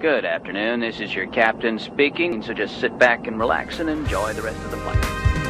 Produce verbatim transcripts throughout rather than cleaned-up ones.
Good afternoon, this is your captain speaking, so just sit back and relax and enjoy the rest of the flight.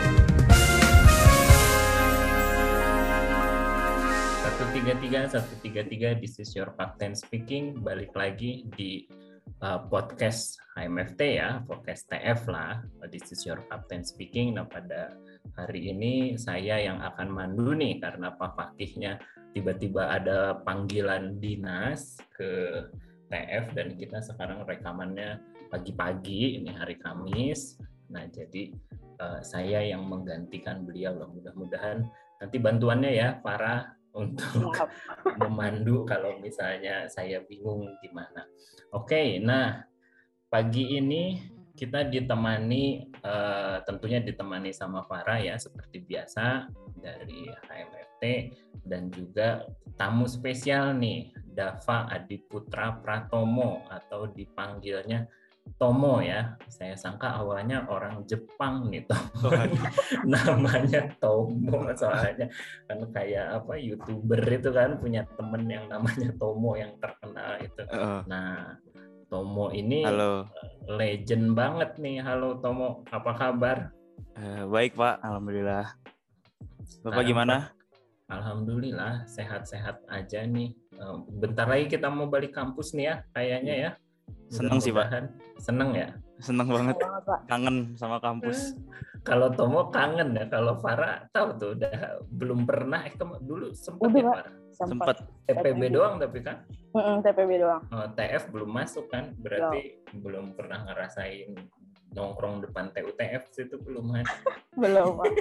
satu tiga tiga, satu tiga tiga, this is your captain speaking, balik lagi di uh, podcast H M F T ya, podcast T F lah, this is your captain speaking. Nah pada hari ini saya yang akan mandu nih, karena Pak Fakihnya tiba-tiba ada panggilan dinas ke T F dan kita sekarang rekamannya pagi-pagi, ini hari Kamis. Nah jadi uh, saya yang menggantikan beliau loh. Mudah-mudahan nanti bantuannya ya Farah untuk memandu kalau misalnya saya bingung gimana. Oke, nah pagi ini kita ditemani uh, tentunya ditemani sama Farah ya seperti biasa dari H M F T dan juga tamu spesial nih, Dava Adiputra Pratomo atau dipanggilnya Tomo ya. Saya sangka awalnya orang Jepang nih Tomo. Namanya Tomo soalnya kan kayak apa YouTuber itu kan punya temen yang namanya Tomo yang terkenal itu. Uh. Nah, Tomo ini Halo. legend banget nih. Halo Tomo, apa kabar? Uh, baik Pak, alhamdulillah. Bapak gimana? Alhamdulillah sehat-sehat aja nih. Uh, bentar lagi kita mau balik kampus nih ya, kayaknya ya. Seneng sih Pak. Seneng ya? Seneng banget. Kangen sama kampus. Kalau Tomo kangen ya, kalau Farah tahu tuh udah belum pernah. Eh dulu sempat ya Farah? Sempat. T P B doang tapi kan? Mm-mm, T P B doang. Oh, T F belum masuk kan? Berarti belum, belum pernah ngerasain nongkrong depan T U T F itu belum kan? Belum Pak.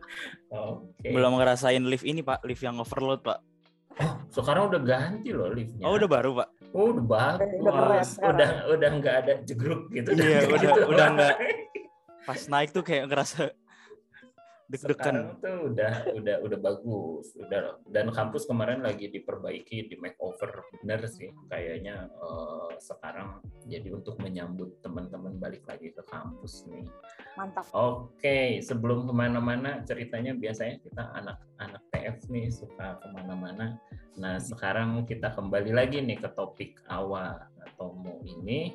Okay. Belum ngerasain lift ini Pak, lift yang overload Pak. Oh, sekarang udah ganti loh liftnya. Oh, udah baru Pak. Oh, udah bagus. Udah udah, udah nggak ada jegruk gitu. Iya, udah gitu udah nggak. Pas naik tuh kayak ngerasa deg-degan. Sekarang tuh udah udah udah bagus, udah, dan kampus kemarin lagi diperbaiki, di makeover bener sih kayaknya uh, sekarang. Jadi untuk menyambut teman-teman balik lagi ke kampus nih. Mantap. Oke, sebelum kemana-mana ceritanya biasanya kita anak-anak T F nih suka kemana-mana. Nah sekarang kita kembali lagi nih ke topik awal. Tomo ini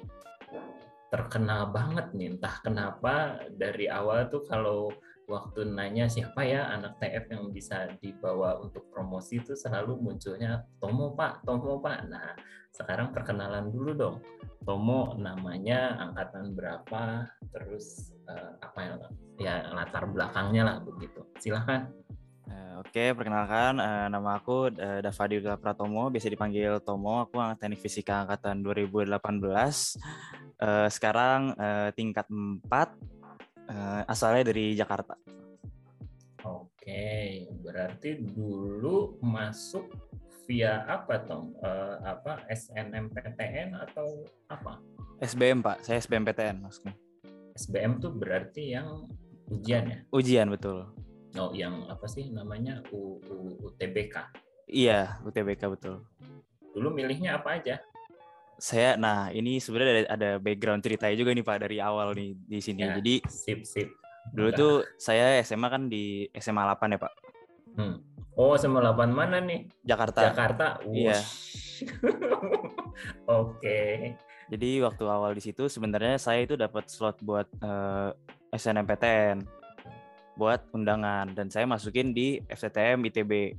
terkenal banget nih, entah kenapa dari awal tuh kalau waktu nanya siapa ya anak T F yang bisa dibawa untuk promosi itu selalu munculnya Tomo Pak, Tomo Pak. Nah sekarang perkenalan dulu dong. Tomo namanya, angkatan berapa, terus uh, apa ya, ya latar belakangnya lah begitu. Silakan. Uh, Oke, okay, perkenalkan uh, nama aku uh, Dava Adiputra Pratomo, biasa dipanggil Tomo. Aku teknik fisika angkatan dua ribu delapan belas. Uh, sekarang uh, tingkat empat. Uh, asalnya dari Jakarta. Oke, berarti dulu masuk via apa Tom? Uh, apa S N M P T N atau apa? S B M Pak, saya S B M P T N maksudnya. S B M tuh berarti yang ujian ya? Ujian betul. Oh, yang apa sih namanya U, U, U T B K? Iya, U T B K betul. Dulu milihnya apa aja? Saya, nah ini sebenarnya ada, ada background ceritanya juga nih Pak dari awal nih di sini. Ya, jadi sip sip. Dulu Enggak. tuh saya S M A kan di S M A delapan ya Pak. Hmm. Oh S M A delapan mana nih? Jakarta. Jakarta. Iya. Oke. Jadi waktu awal di situ sebenarnya saya itu dapat slot buat uh, S N M P T N buat undangan dan saya masukin di F T T M I T B.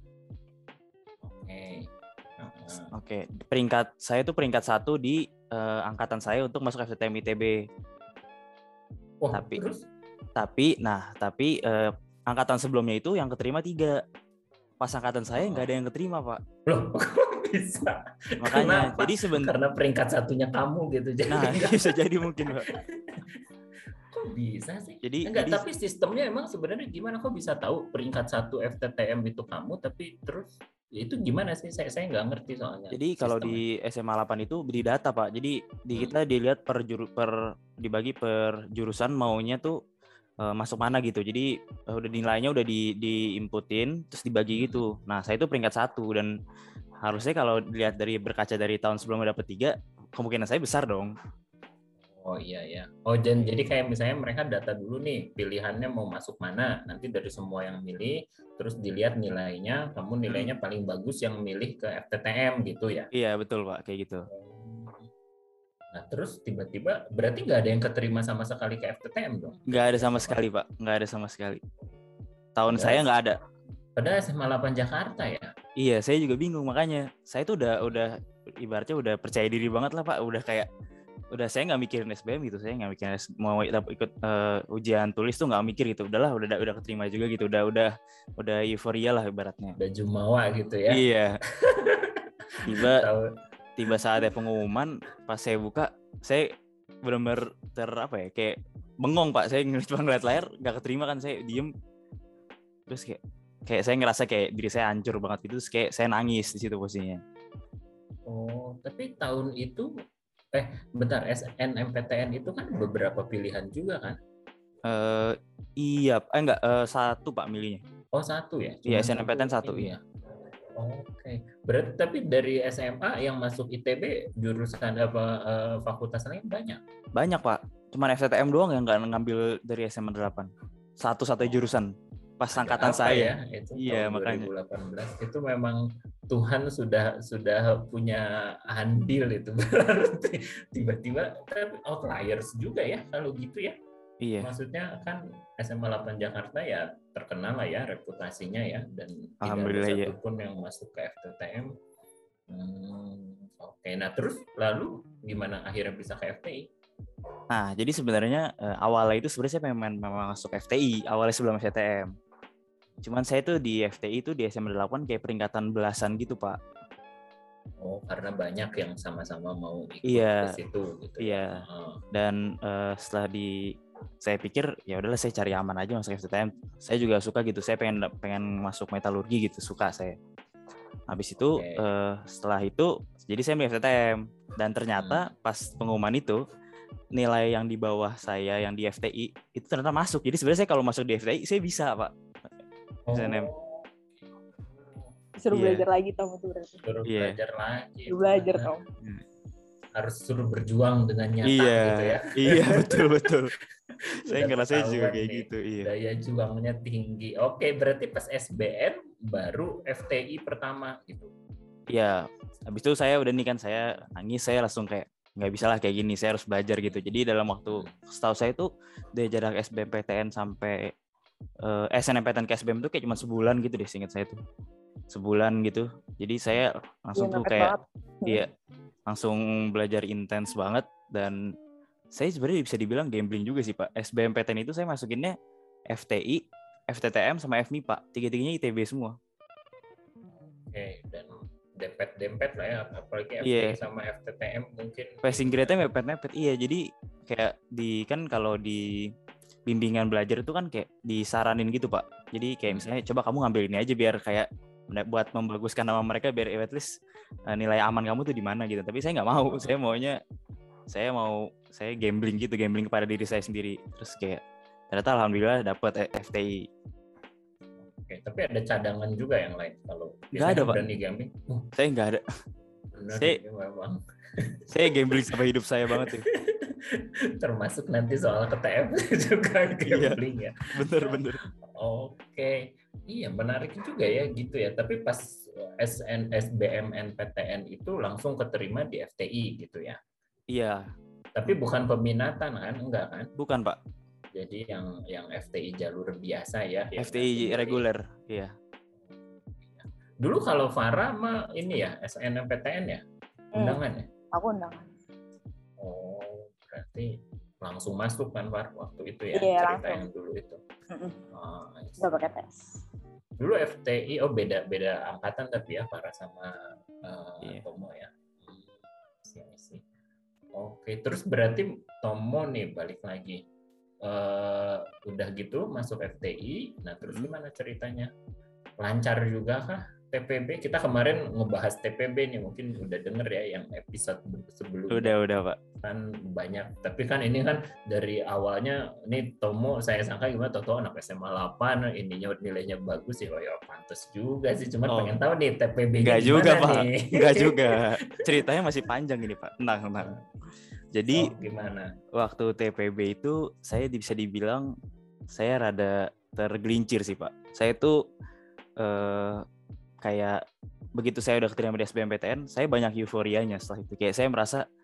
Oke, okay. peringkat saya itu peringkat satu di uh, angkatan saya untuk masuk F T T M I T B. Oh, tapi, terus? tapi, nah, tapi uh, angkatan sebelumnya itu yang keterima tiga. Pas angkatan saya nggak oh. ada yang keterima Pak. Loh, kok bisa? Makanya, Kenapa? jadi sebenarnya karena peringkat satunya kamu gitu. Jadi nah, bisa jadi mungkin Pak. Kok bisa sih? Jadi, enggak, jadi, tapi sistemnya emang sebenarnya gimana? Kok bisa tahu peringkat satu F T T M itu kamu, tapi terus itu gimana sih? Saya saya nggak ngerti soalnya. Jadi kalau di S M A delapan itu di data Pak. Jadi di kita dilihat per juru, per dibagi per jurusan maunya tuh uh, masuk mana gitu. Jadi uh, udah nilainya udah di diinputin terus dibagi gitu. Nah saya itu peringkat satu dan harusnya kalau dilihat dari berkaca dari tahun sebelumnya dapat tiga, kemungkinan saya besar dong. Oh iya ya. Oh dan jadi kayak misalnya mereka data dulu nih pilihannya mau masuk mana, nanti dari semua yang milih terus dilihat nilainya, kamu nilainya paling bagus yang milih ke F T T M gitu ya? Iya betul Pak, kayak gitu. Nah terus tiba-tiba berarti nggak ada yang keterima sama sekali ke F T T M dong? Nggak ada sama sekali Pak, nggak ada sama sekali. Tahun Padahal- saya nggak ada. Padahal S M A delapan Jakarta ya. Iya, saya juga bingung makanya. Saya tuh udah udah ibaratnya udah percaya diri banget lah Pak. Udah kayak udah saya nggak mikirin S B M gitu. Saya nggak mikirin S- mau ikut uh, ujian tulis tuh nggak mikir gitu. Udahlah, udah udah keterima juga gitu. Udah udah udah euforia lah ibaratnya. Udah jumawa gitu ya. Iya. Tiba Tahu. tiba saatnya pengumuman, pas saya buka, saya benar-benar ter apa ya kayak bengong Pak. Saya cuma ngeliat layar, nggak keterima kan, saya diem. Terus kayak kayak saya ngerasa kayak diri saya hancur banget gitu. Terus kayak saya nangis di situ posisinya. Oh, tapi tahun itu eh bentar S N M P T N itu kan beberapa pilihan juga kan? Eh iya, eh enggak eh, satu Pak milihnya. Oh satu ya? Iya, Cuma S N M P T N satu, ini iya. ya? Oke, berarti tapi dari S M A yang masuk I T B jurusan apa eh, fakultas lain banyak? Banyak Pak. Cuman F T T M doang yang nggak ngambil dari S M A delapan. Satu-satu jurusan. Pas Ada angkatan apa saya. ya, itu Iya, tahun makanya. dua ribu delapan belas itu memang Tuhan sudah sudah punya andil itu berarti tiba-tiba tapi outliers juga ya kalau gitu ya. Iya. Maksudnya kan S M A delapan Jakarta ya terkenal lah ya reputasinya ya dan tidak ada Alhamdulillah, ya. satupun yang masuk ke F T T M. Hmm, Oke, nah terus lalu gimana akhirnya bisa ke F T I? Nah, jadi sebenarnya eh, awalnya itu sebenarnya saya memang memang masuk F T I awalnya sebelum S T M. Cuman saya tuh di F T I itu di S M A delapan kayak peringkatan belasan gitu, Pak. Oh, karena banyak yang sama-sama mau ikut Iya, ke situ gitu iya. ya. Oh. Dan eh, setelah di saya pikir ya udahlah saya cari aman aja masuk F T T M. Saya juga suka gitu. Saya pengen pengen masuk metalurgi gitu, suka saya. Habis itu Oke. eh, setelah itu jadi saya milih F T T M dan ternyata pas pengumuman itu nilai yang di bawah saya yang di F T I itu ternyata masuk. Jadi sebenarnya saya kalau masuk di F T I saya bisa, Pak. S N M. Disuruh Iya. belajar lagi Tom itu berarti. Suruh Iya. belajar lagi. Disuruh belajar Tom. Harus suruh berjuang dengan nyata Iya, gitu ya. iya betul betul. Saya Udah ngerasa juga ketahuan kayak nih, gitu, iya. Daya juangnya tinggi. Oke, berarti pas S B M baru F T I pertama gitu. Iya, habis itu saya udah nih kan saya nangis, saya langsung kayak nggak bisa lah kayak gini, saya harus belajar gitu. Jadi dalam waktu setahu saya itu dari jarak S B M P T N sampai uh, S N M P T N ke S B M itu kayak cuma sebulan gitu deh, seingat saya tuh sebulan gitu. Jadi saya langsung Iya, tuh mepet kayak banget. iya langsung belajar intens banget dan saya sebenarnya bisa dibilang gambling juga sih Pak. S B M P T N itu saya masukinnya F T I, F T T M sama F M I P A, tiga-tiganya I T B semua. Oke, dan dempet-dempet lah ya, apalagi F T I Iya. sama F T T M mungkin. Passing grade-nya mepet-mepet. Iya, jadi kayak di kan kalau di bimbingan belajar itu kan kayak disaranin gitu, Pak. Jadi kayak misalnya coba kamu ngambil ini aja biar kayak buat membaguskan nama mereka biar at least uh, nilai aman kamu tuh di mana gitu. Tapi saya nggak mau. Saya maunya saya mau saya gambling gitu, gambling kepada diri saya sendiri. Terus kayak ternyata alhamdulillah dapat F T I. Oke, tapi ada cadangan juga yang lain kalau Nggak ada, Pak. berani gambling. Uh, Saya nggak ada. benar Saya- ini memang Saya gambling sampai hidup saya banget tuh. termasuk nanti soal K T M juga gambling ya. Bener-bener. Oke, iya menarik juga ya gitu ya. Tapi pas S N S B M N P T N itu langsung keterima di F T I gitu ya. Iya, Tapi bukan peminatan kan, enggak kan? bukan Pak. Jadi yang yang F T I jalur biasa ya. yang F T I langsung dari- reguler. Iya. Dulu kalau Farah mah ini ya S N M P T N ya, undangan ya. Aku undangan. Oh, berarti langsung masuk kan Far waktu itu ya Iya, cerita langsung. yang dulu itu. Mm-mm. Oh, I see. Udah pakai tes. Dulu F T I oh beda beda angkatan tapi ya Farah sama uh, Iya. Tomo ya. Hmm, I see. Oke, terus berarti Tomo nih balik lagi. Eh, udah gitu masuk F T I. Nah, terus Hmm. gimana ceritanya? Lancar juga kah T P B? Kita kemarin ngebahas T P B nih, mungkin udah denger ya yang episode sebelumnya. Udah, udah Pak. Kan banyak. Tapi kan ini kan dari awalnya nih Tomo saya sangka gimana Toto anak S M A delapan ininya nilainya bagus sih. Oh ya pantas juga sih. Cuman Oh. pengen tahu nih T P B-nya Enggak gimana juga Pak. nih. Enggak juga. Ceritanya masih panjang ini Pak. Tenang, tenang. Jadi Oh, gimana? waktu T P B itu saya bisa dibilang saya rada tergelincir sih Pak. Saya tuh eh, kayak begitu saya udah keterima di S B M P T N, saya banyak euforianya setelah itu. Kayak saya merasa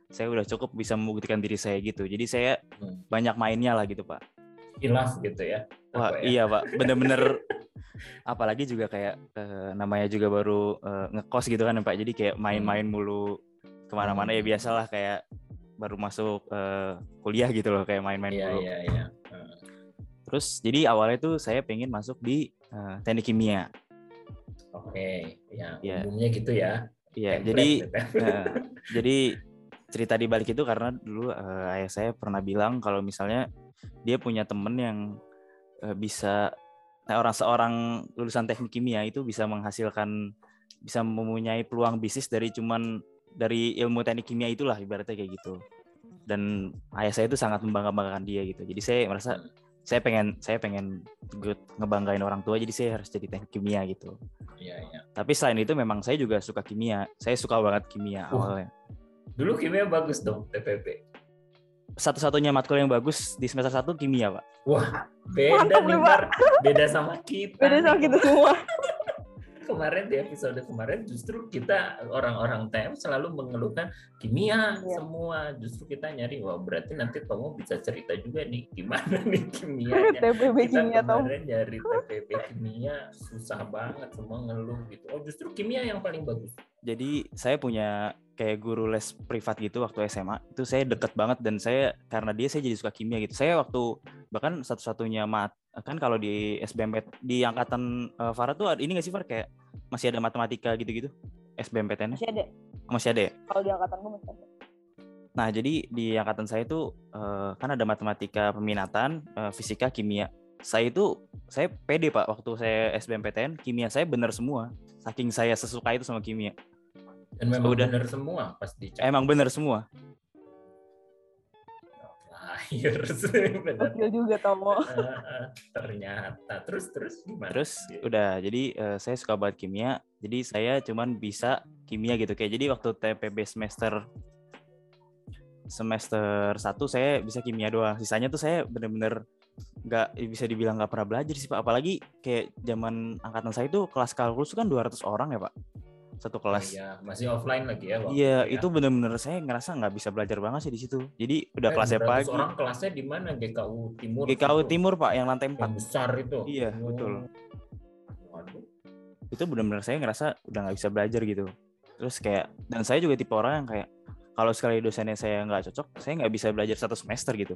saya udah cukup bisa membuktikan diri saya gitu. Jadi saya Hmm. banyak mainnya lah gitu Pak. Hilaf gitu ya. Wah Apa ya? iya Pak, bener-bener apalagi juga kayak eh, namanya juga baru eh, ngekos gitu kan Pak. Jadi kayak main-main mulu kemana-mana ya Hmm. biasalah kayak baru masuk eh, kuliah gitu loh kayak main-main Iya mulu. iya iya. Hmm. Terus jadi awalnya tuh saya pengen masuk di eh, teknik kimia. Oke, ya Iya. umumnya gitu ya. Iya, Template jadi gitu ya. eh, jadi cerita di balik itu karena dulu eh, ayah saya pernah bilang kalau misalnya dia punya temen yang eh, bisa nah, orang seorang lulusan teknik kimia itu bisa menghasilkan bisa mempunyai peluang bisnis dari cuman dari ilmu teknik kimia itulah ibaratnya kayak gitu. Dan ayah saya itu sangat membanggakan dia gitu. Jadi saya merasa Hmm. saya pengen saya pengen good, ngebanggain orang tua jadi saya harus jadi teknik kimia gitu. Iya iya. Tapi selain itu memang saya juga suka kimia. Saya suka banget kimia Wah. awalnya. Dulu kimia bagus dong T P P. Satu-satunya matkul yang bagus di semester satu kimia, Pak. Wah, beda Mantap nih nih, Mar. Beda sama kita. Beda sama nih. kita semua. Kemarin di episode kemarin justru kita orang-orang T M selalu mengeluhkan kimia Iya. semua. Justru kita nyari, wah berarti nanti Tomo bisa cerita juga nih gimana nih kimianya. T P B Kita kimia Tom. kemarin nyari T P B kimia susah banget, semua ngeluh gitu. Oh justru kimia yang paling bagus. Jadi saya punya kayak guru les privat gitu waktu S M A. Itu saya deket banget dan saya karena dia saya jadi suka kimia gitu. Saya waktu bahkan satu-satunya mat kan kalau di S B M P T di angkatan uh, Farah tuh ada- ini nggak sih Far kayak masih ada matematika gitu-gitu S B M P T-nya Masih ada. masih ada ya? Kalau di angkatan gue masih ada. Nah jadi di angkatan saya tuh uh, kan ada matematika peminatan, uh, fisika, kimia. Saya itu saya pede Pak waktu saya S B M P T N kimia saya benar semua. Saking saya sesuka itu sama kimia. Dan memang Udah. benar semua pas dicek. Emang benar semua. Lahir sih benar. Gokil juga Tomo. Eh, eh, ternyata terus terus gimana? Terus Gitu. udah jadi eh, saya suka banget kimia. Jadi saya cuman bisa kimia gitu kayak jadi waktu T P B semester semester satu saya bisa kimia doang. Sisanya tuh saya bener-bener nggak bisa dibilang nggak pernah belajar sih Pak. Apalagi kayak zaman angkatan saya itu kelas kalkulus kan dua ratus orang ya Pak. Satu kelas. Iya, masih offline lagi ya waktu Iya, ya. itu bener-bener saya ngerasa nggak bisa belajar banget sih di situ. Jadi udah Eh, kelasnya dua ratus pagi. orang kelasnya di mana? G K U Timur. G K U situ? Timur Pak yang lantai empat. Yang besar itu. Iya, Oh. betul. Waduh. Itu benar-benar saya ngerasa udah nggak bisa belajar gitu. Terus kayak dan saya juga tipe orang yang kayak kalau sekali dosennya saya nggak cocok, saya nggak bisa belajar satu semester gitu.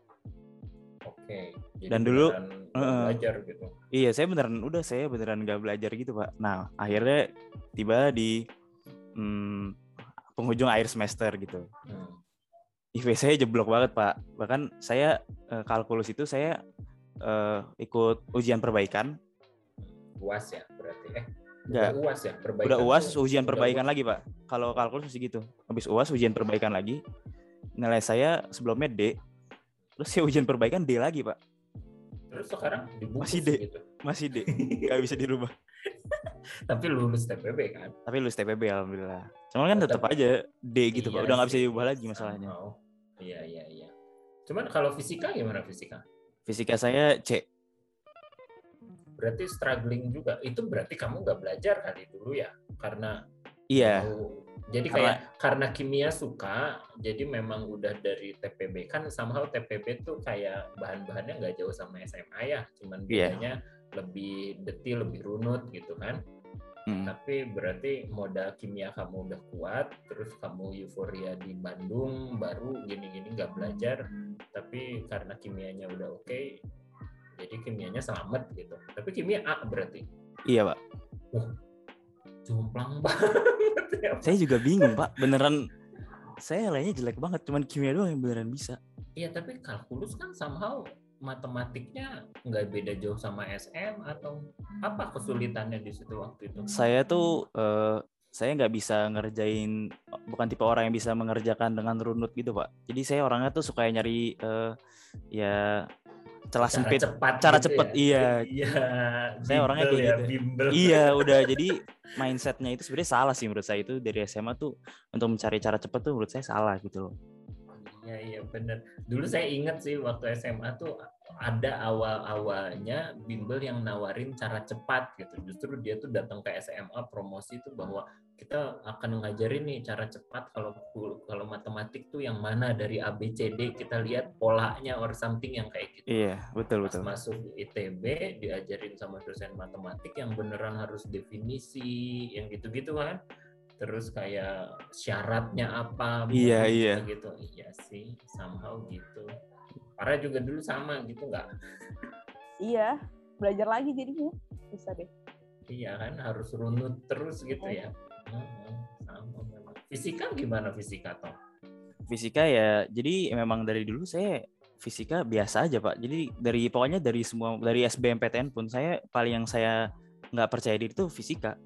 Oke. Jadi Dan dulu, beneran nggak uh, belajar gitu. Iya, saya beneran udah saya beneran nggak belajar gitu Pak. Nah akhirnya tiba di hmm, penghujung akhir semester gitu. Hmm. I P saya jeblok banget Pak. Bahkan saya eh, kalkulus itu saya eh, ikut ujian perbaikan. U A S ya berarti. Eh, Nggak. udah U A S ya perbaikan. Udah U A S tuh ujian udah perbaikan U A S. lagi Pak. Kalau kalkulus masih gitu. Habis U A S ujian perbaikan lagi. Nilai saya sebelumnya D. Terus saya ujian perbaikan D lagi Pak. Terus sekarang dibungkus Masih D. gitu. Masih D. Nggak bisa dirubah. Tapi lulus T P B kan. Tapi lulus T P B alhamdulillah. Cuman kan Oh, tetap tapi- aja D gitu Iya Pak. Udah nggak bisa sih, diubah lagi masalahnya. somehow. Iya iya iya. Cuman kalau fisika gimana fisika? Fisika saya C. Berarti struggling juga. Itu berarti kamu nggak belajar kali dulu ya? Karena Iya. mau- jadi Karena- kayak karena kimia suka, jadi memang udah dari T P B kan somehow T P B tuh kayak bahan-bahannya nggak jauh sama S M A ya, cuman Iya. bedanya lebih detil, lebih runut gitu kan. Hmm. Tapi berarti modal kimia kamu udah kuat, terus kamu euforia di Bandung, baru gini-gini nggak belajar, tapi karena kimianya udah oke, jadi kimianya selamat gitu. Tapi kimia A berarti. Iya Pak. Jomplang banget ya. Saya juga bingung Pak. Beneran saya lainnya jelek banget. Cuman kimia doang yang beneran bisa. Iya, tapi kalkulus kan somehow matematiknya nggak beda jauh sama S M atau apa kesulitannya di situ waktu itu? Saya tuh eh, saya nggak bisa ngerjain, bukan tipe orang yang bisa mengerjakan dengan runut gitu Pak. Jadi saya orangnya tuh suka nyari eh, ya celah Cara sempit. cepat cara gitu cepet, ya? iya. Iya, Saya orangnya bimbel kayak ya, gitu. bimbel. Iya udah jadi mindsetnya itu sebenarnya salah sih menurut saya itu dari S M A tuh untuk mencari cara cepet tuh menurut saya salah gitu loh. Iya iya benar. Dulu saya ingat sih waktu S M A tuh ada awal-awalnya bimbel yang nawarin cara cepat gitu. Justru dia tuh datang ke S M A promosi tuh bahwa kita akan ngajarin nih cara cepat kalau kalau matematik tuh yang mana dari A B C D kita lihat polanya or something yang kayak gitu. Iya, betul Pas betul. masuk I T B diajarin sama dosen matematik yang beneran harus definisi yang gitu-gitu kan. Terus kayak syaratnya apa, Iya, modulnya iya. gitu. Iya sih, somehow gitu. Para juga dulu sama gitu nggak? Iya, belajar lagi jadinya. Bisa deh. Iya kan, harus runut terus gitu ya. Hmm, sama memang. Fisika gimana fisika toh? Fisika ya, jadi memang dari dulu saya fisika biasa aja Pak. Jadi dari pokoknya dari semua dari S B M P T N pun saya paling yang saya nggak percaya diri itu fisika.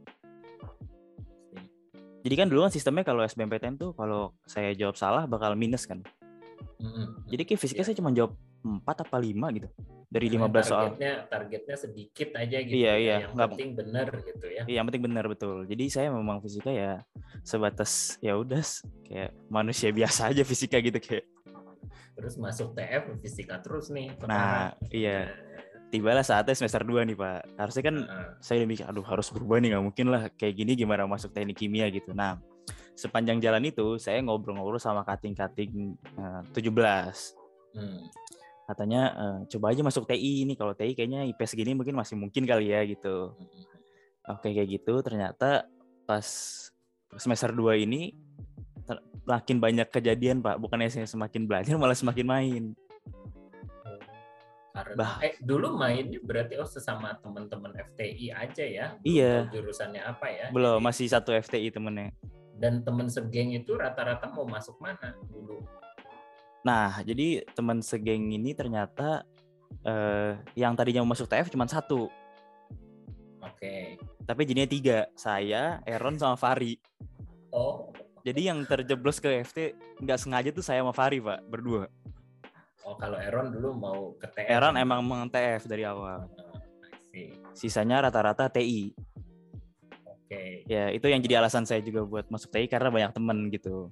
Jadi kan dulu kan sistemnya kalau S B M P T N tuh kalau saya jawab salah bakal minus kan. Mm-hmm. Jadi kayak fisika Ya. saya cuma jawab empat apa lima gitu. Dari Nah, lima belas soal. targetnya targetnya sedikit aja gitu Iya, ya. iya. Yang Nggak- penting benar gitu ya. Iya, yang penting benar betul. Jadi saya memang fisika ya sebatas ya udah kayak manusia biasa aja fisika gitu kayak. Terus masuk T F fisika terus nih sekarang. Nah, iya. Tibalah saatnya semester dua nih Pak. Harusnya kan Nah, saya udah mikir, aduh harus berubah nih, nggak mungkin lah kayak gini gimana masuk teknik kimia gitu. Nah, sepanjang jalan itu saya ngobrol-ngobrol sama kating-kating uh, tujuh belas. hmm. Katanya uh, coba aja masuk T I ini, kalau T I kayaknya I P segini mungkin masih mungkin kali ya gitu. Oke kayak gitu, ternyata pas semester dua ini ter- makin banyak kejadian Pak, bukannya saya semakin belajar malah semakin main. Karena Bah. eh dulu mainnya berarti oh sesama teman-teman F T I aja ya. Belum Iya. tahu jurusannya apa ya. Belum, Jadi, masih satu F T I temennya. dan teman segeng itu rata-rata mau masuk mana dulu? Nah, jadi teman segeng ini ternyata eh, yang tadinya mau masuk T F cuma satu. Oke. Tapi jadinya tiga. Saya, Aaron, sama Fahri. Oh, Jadi yang terjeblos ke F T nggak sengaja tuh saya sama Fahri, Pak. Berdua. oh kalau Aaron dulu mau ke T F. Aaron ya? emang mau T F dari awal. Oh, I see. Sisanya rata-rata T I. Oke. Ya, itu yang jadi alasan saya juga buat masuk T I karena banyak temen gitu.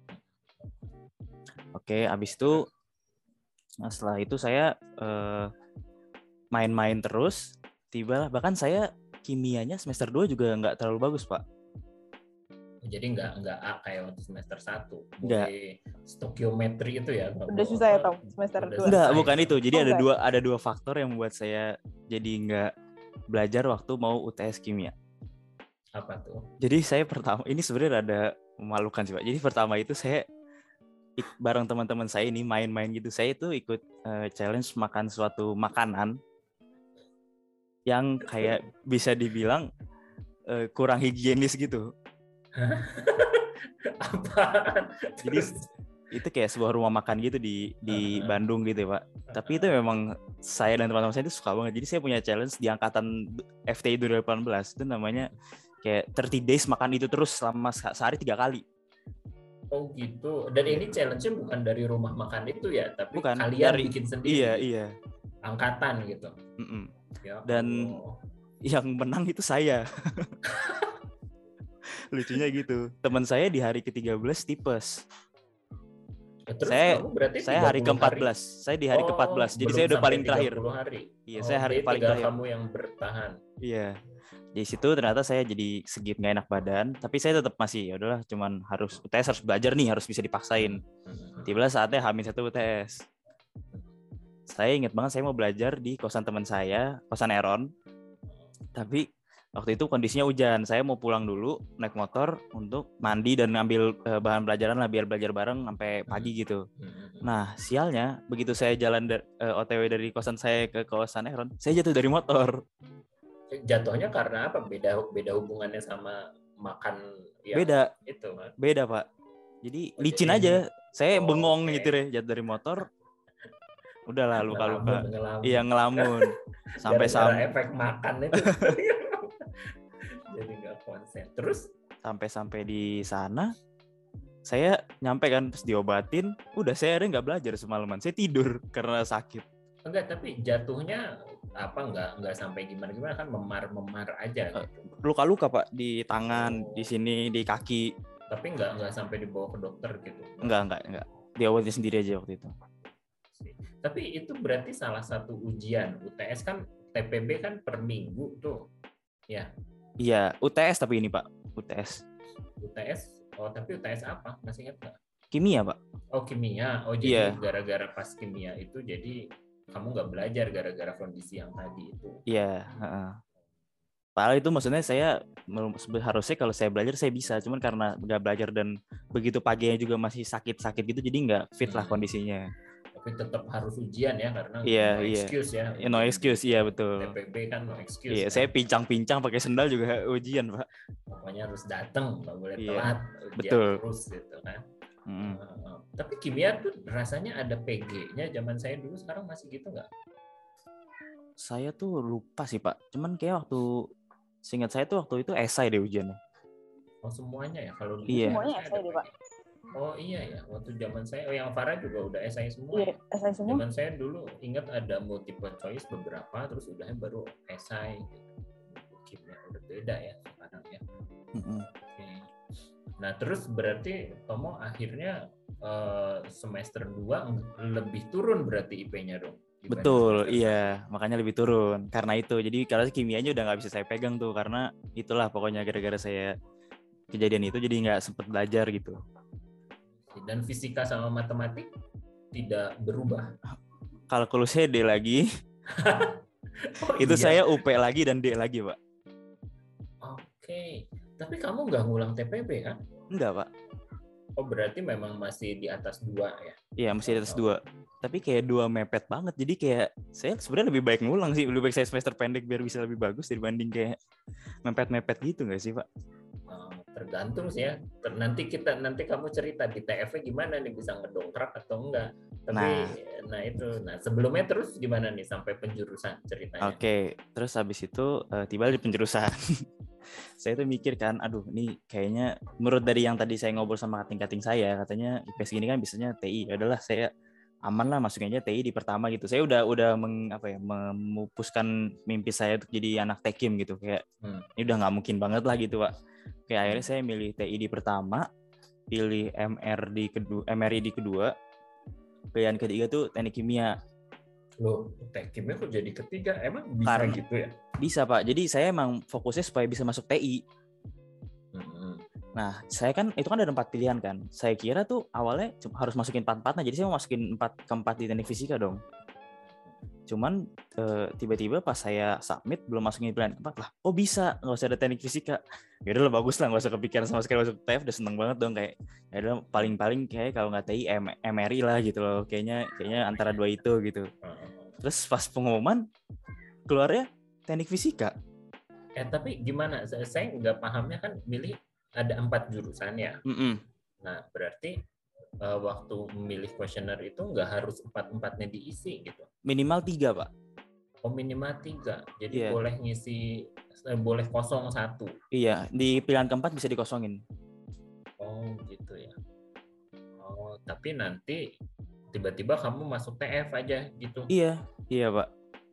Oke, abis itu nah setelah itu saya eh, main-main terus. Tiba bahkan saya kimianya semester dua juga nggak terlalu bagus, Pak. Jadi nggak nggak A kayak waktu semester satu. Nggak. Mulai stokiometri itu ya. Udah susah ya Tom, semester Udah dua. Enggak, selesai. bukan itu. Jadi Oh, ada enggak. dua ada dua faktor yang membuat saya jadi nggak belajar waktu mau U T S kimia. Apa tuh? Jadi saya pertama ini sebenarnya ada memalukan sih Pak. Jadi pertama itu saya ik- bareng teman-teman saya ini main-main gitu. Saya itu ikut eh, challenge makan suatu makanan yang kayak bisa dibilang eh, kurang higienis gitu. Apaan? Jadi itu kayak sebuah rumah makan gitu di di Uh-huh. Bandung gitu ya Pak. Tapi itu memang saya dan teman-teman saya itu suka banget. Jadi saya punya challenge di angkatan F T I dua ribu delapan belas itu namanya kayak tiga puluh days makan itu terus selama se- sehari tiga kali. Oh gitu. Dan ini challenge-nya bukan dari rumah makan itu ya, tapi Bukan, kalian dari- bikin sendiri. Iya iya. Angkatan gitu. Mm-mm. Ya, Dan- Allah. Yang menang itu saya. Lucunya gitu. Teman saya di hari ke tiga belas tipes. Ya, terus saya- kamu berarti Saya hari ke empat belas. Saya di hari ke empat belas. Jadi belum saya udah sampai paling terakhir. tiga puluh hari. Iya, Oh, saya hari jadi paling tinggal terakhir. kamu yang bertahan. Iya. Di situ ternyata saya jadi segit nggak enak badan, tapi saya tetap masih ya udahlah, cuman harus U T S harus belajar nih, harus bisa dipaksain. Hmm. Tiba saatnya H minus satu U T S. Saya ingat banget saya mau belajar di kosan teman saya, kosan Aaron. Tapi waktu itu kondisinya hujan. Saya mau pulang dulu naik motor untuk mandi dan ngambil eh, bahan pelajaran lah biar belajar bareng sampai pagi gitu. Hmm. Nah, sialnya begitu saya jalan da- eh, O T W dari kosan saya ke kosan Aaron, saya jatuh dari motor. Jatuhnya karena apa? Beda beda hubungannya sama makan yang Beda, itu kan. beda Pak. Jadi Oh, licin jadi aja. ini- Saya Oh, bengong oke. gitu deh, jatuh dari motor. Udahlah luka-luka. Ngelamun, ngelamun. Iya ngelamun. Sampai Gara-gara sam efek makan itu. Jadi nggak konsen. Terus sampai-sampai di sana saya nyampe kan terus diobatin, udah saya akhirnya nggak belajar semalaman. Saya tidur karena sakit. enggak, tapi jatuhnya apa enggak enggak sampai gimana-gimana kan memar-memar aja Eh, gitu. Luka-luka Pak di tangan, Oh. di sini, di kaki. Tapi enggak enggak sampai dibawa ke dokter gitu. Enggak, enggak, enggak. Diobatin sendiri aja waktu itu. Tapi itu berarti salah satu ujian. U T S kan T P B kan per minggu tuh. Ya. Iya, U T S tapi ini Pak, U T S. U T S, oh tapi U T S apa? Masih ingat nggak? Kimia, Pak. Oh kimia, oh jadi Iya. gara-gara pas kimia itu jadi kamu nggak belajar gara-gara kondisi yang tadi itu. Iya, heeh. Padahal itu maksudnya saya mel- sebe- harusnya kalau saya belajar saya bisa, cuman karena nggak belajar dan begitu paginya juga masih sakit-sakit gitu, jadi nggak fit lah Hmm. kondisinya. Tapi tetap harus ujian ya karena Iya, no iya. excuse ya. Ya, no excuse, iya betul. T P B kan no excuse. Iya, kan. saya pincang-pincang pakai sendal juga ujian, Pak. Pokoknya harus datang, nggak boleh Iya, telat, ujian betul. terus gitu kan. Mm. Uh, tapi kimia tuh rasanya ada P G-nya zaman saya dulu, sekarang masih gitu nggak? Saya tuh lupa sih, Pak. Cuman kayak waktu seingat saya tuh waktu itu esai deh ujiannya. Oh semuanya ya kalau dulu Iya. Semuanya saya esai ada deh, P G. Pak. Oh iya ya, waktu zaman saya, oh yang Farah juga udah esai semua. Iya, ya? esai semua. Zaman saya dulu ingat ada multiple choice beberapa, terus udahnya baru esai. Gitu. Kimia udah beda ya sekarang ya. Mm-mm. Oke. Nah terus berarti Tomo akhirnya eh, semester dua lebih turun berarti I P-nya dong? dibanding Betul, semester iya. Makanya lebih turun. Karena itu. Jadi kalau kimianya udah nggak bisa saya pegang tuh. Karena itulah pokoknya gara-gara saya kejadian itu jadi nggak sempet belajar gitu. satu. Dan fisika sama matematik tidak berubah. Kalkulusnya D lagi. Oh, Itu iya. saya U P lagi dan D lagi, Pak. Oke. Tapi kamu nggak ngulang T P B kan? Enggak, Pak. Oh berarti memang masih di atas dua ya? Iya, masih di atas dua. Tapi kayak dua mepet banget. Jadi kayak saya sebenarnya lebih baik ngulang sih. Lebih baik saya semester pendek biar bisa lebih bagus dibanding kayak mepet-mepet gitu nggak sih, Pak? Oh, tergantung sih ya. Ter- Nanti kita nanti kamu cerita di T F-nya gimana nih, bisa ngedongkrak atau enggak. Tapi Nah. nah itu. Nah sebelumnya terus gimana nih sampai penjurusan ceritanya? Oke, terus habis itu uh, tiba di penjurusan. Saya tuh mikir kan, aduh ini kayaknya menurut dari yang tadi saya ngobrol sama kating-kating saya, katanya I P S gini kan biasanya T I. Adalah saya aman lah masukin aja T I di pertama gitu. Saya udah udah meng, apa ya, memupuskan mimpi saya untuk jadi anak Tekim gitu. Kayak Hmm. ini udah nggak mungkin banget lah gitu, Pak. Kayak akhirnya saya milih T I di pertama, pilih M R di kedua, M R I di kedua. Pilihan ketiga tuh teknik kimia. Loh, Tekimnya kok jadi ketiga? Emang bisa Karena- gitu ya? Bisa, Pak. Jadi saya emang fokusnya supaya bisa masuk T I. Hmm. Nah, saya kan itu kan ada empat pilihan kan. Saya kira tuh awalnya cuma harus masukin empat-empatnya. Jadi saya mau masukin empat keempat di teknik fisika dong. Cuman eh, tiba-tiba pas saya submit belum masukin pilihan keempat lah. Oh bisa, nggak usah ada teknik fisika. Ya udah lah, bagus lah, nggak usah kepikiran sama sekali masuk T F. Udah seneng banget dong kayak. Ya udah paling-paling kayak kalau nggak T I M- MRI lah gitu loh. Kayaknya kayaknya antara dua itu gitu. Terus pas pengumuman keluarnya teknik fisika. Eh tapi gimana? Saya, saya nggak pahamnya kan milih ada empat jurusan ya. Mm-mm. Nah berarti uh, waktu memilih kuesioner itu nggak harus empat-empatnya diisi gitu. Minimal tiga, Pak. Oh minimal tiga. Jadi Iya. boleh ngisi, eh, boleh kosong satu. Iya, di pilihan keempat bisa dikosongin. Oh gitu ya. Oh tapi nanti tiba-tiba kamu masuk T F aja gitu. Iya, iya, Pak.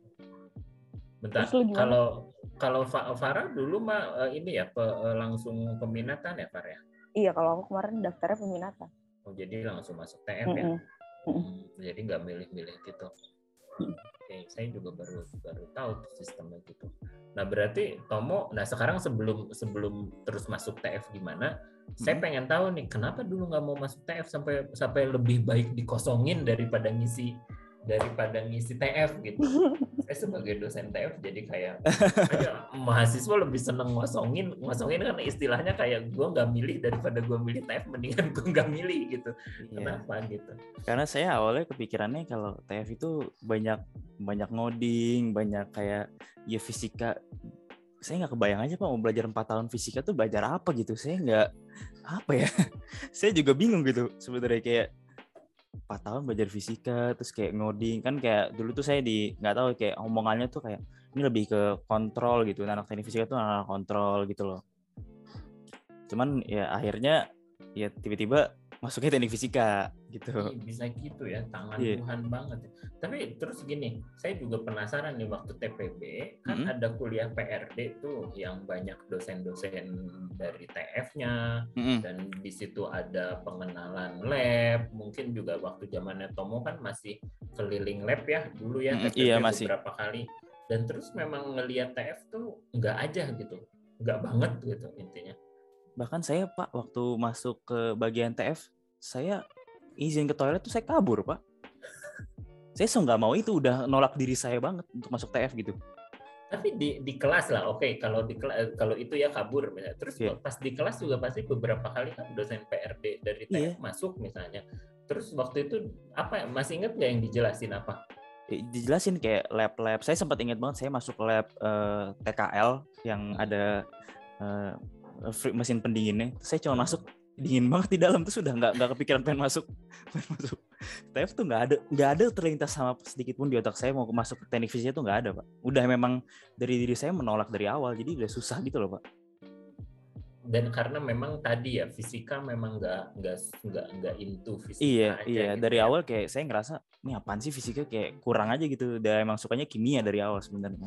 Bentar. Terus lu gimana? Kalau kalau Fa- Farah dulu mah eh, ini ya pe- eh, langsung peminatan ya Farah ya. Iya, kalau aku kemarin daftarnya peminatan. Oh jadi langsung masuk T F ya. Mm-mm. Hmm, jadi nggak milih-milih gitu. Oke, saya juga baru baru tahu tuh sistemnya gitu. Nah berarti Tomo, nah sekarang sebelum sebelum terus masuk T F gimana? Saya Hmm. pengen tahu nih kenapa dulu nggak mau masuk T F sampai sampai lebih baik dikosongin daripada ngisi daripada ngisi T F gitu. Saya sebagai dosen T F jadi kayak aja mahasiswa lebih seneng ngosongin, ngosongin kan istilahnya kayak gue nggak milih daripada gue milih T F, mendingan gue nggak milih gitu. Iya. Kenapa gitu? Karena saya awalnya kepikirannya kalau T F itu banyak banyak ngoding, banyak kayak ya fisika. Saya nggak kebayang aja Pak mau belajar empat tahun fisika tuh belajar apa gitu. Saya nggak apa ya. Saya juga bingung gitu sebenarnya kayak empat tahun belajar fisika terus kayak ngoding kan kayak dulu tuh saya di nggak tahu kayak omongannya tuh kayak ini lebih ke kontrol gitu. Anak teknik fisika tuh anak kontrol gitu loh. Cuman ya akhirnya ya tiba-tiba masuknya teknik fisika gitu. Ih, bisa gitu ya, tangan Iya. Tuhan banget. Tapi terus gini, saya juga penasaran nih waktu T P B kan Mm-mm. ada kuliah P R D tuh yang banyak dosen-dosen dari T F-nya Mm-mm. dan di situ ada pengenalan lab. Mungkin juga waktu zamannya Tomo kan masih keliling lab ya dulu ya Mm-mm, T P B iya, masih. beberapa kali. Dan terus memang ngelihat T F tuh nggak aja gitu, nggak banget gitu intinya. Bahkan saya Pak waktu masuk ke bagian T F, saya izin ke toilet tuh saya kabur Pak. Saya so nggak mau itu, udah nolak diri saya banget untuk masuk T F gitu. Tapi di di kelas lah, oke, okay. kalau di kelas, kalau itu ya kabur misalnya. Terus yeah. pas di kelas juga pasti beberapa kali kan dosen P R D dari T F yeah. masuk misalnya. Terus waktu itu apa masih ingat nggak yang dijelasin apa? Dijelasin kayak lab-lab. Saya sempat ingat banget saya masuk lab uh, T K L yang ada uh, mesin pendinginnya. Saya cuma hmm. masuk, dingin banget di dalam, tuh sudah nggak nggak kepikiran pengen masuk. pengen masuk. T F tuh nggak ada nggak ada terlintas sama sedikit pun di otak saya mau masuk ke teknik fisika tuh nggak ada Pak. Udah memang dari diri saya menolak dari awal, jadi udah susah gitu loh Pak. Dan karena memang tadi ya fisika memang nggak nggak nggak nggak into fisika. Iya aja iya gitu dari ya. awal kayak saya ngerasa ini apaan sih fisika, kayak kurang aja gitu. Udah emang sukanya kimia dari awal sebenarnya.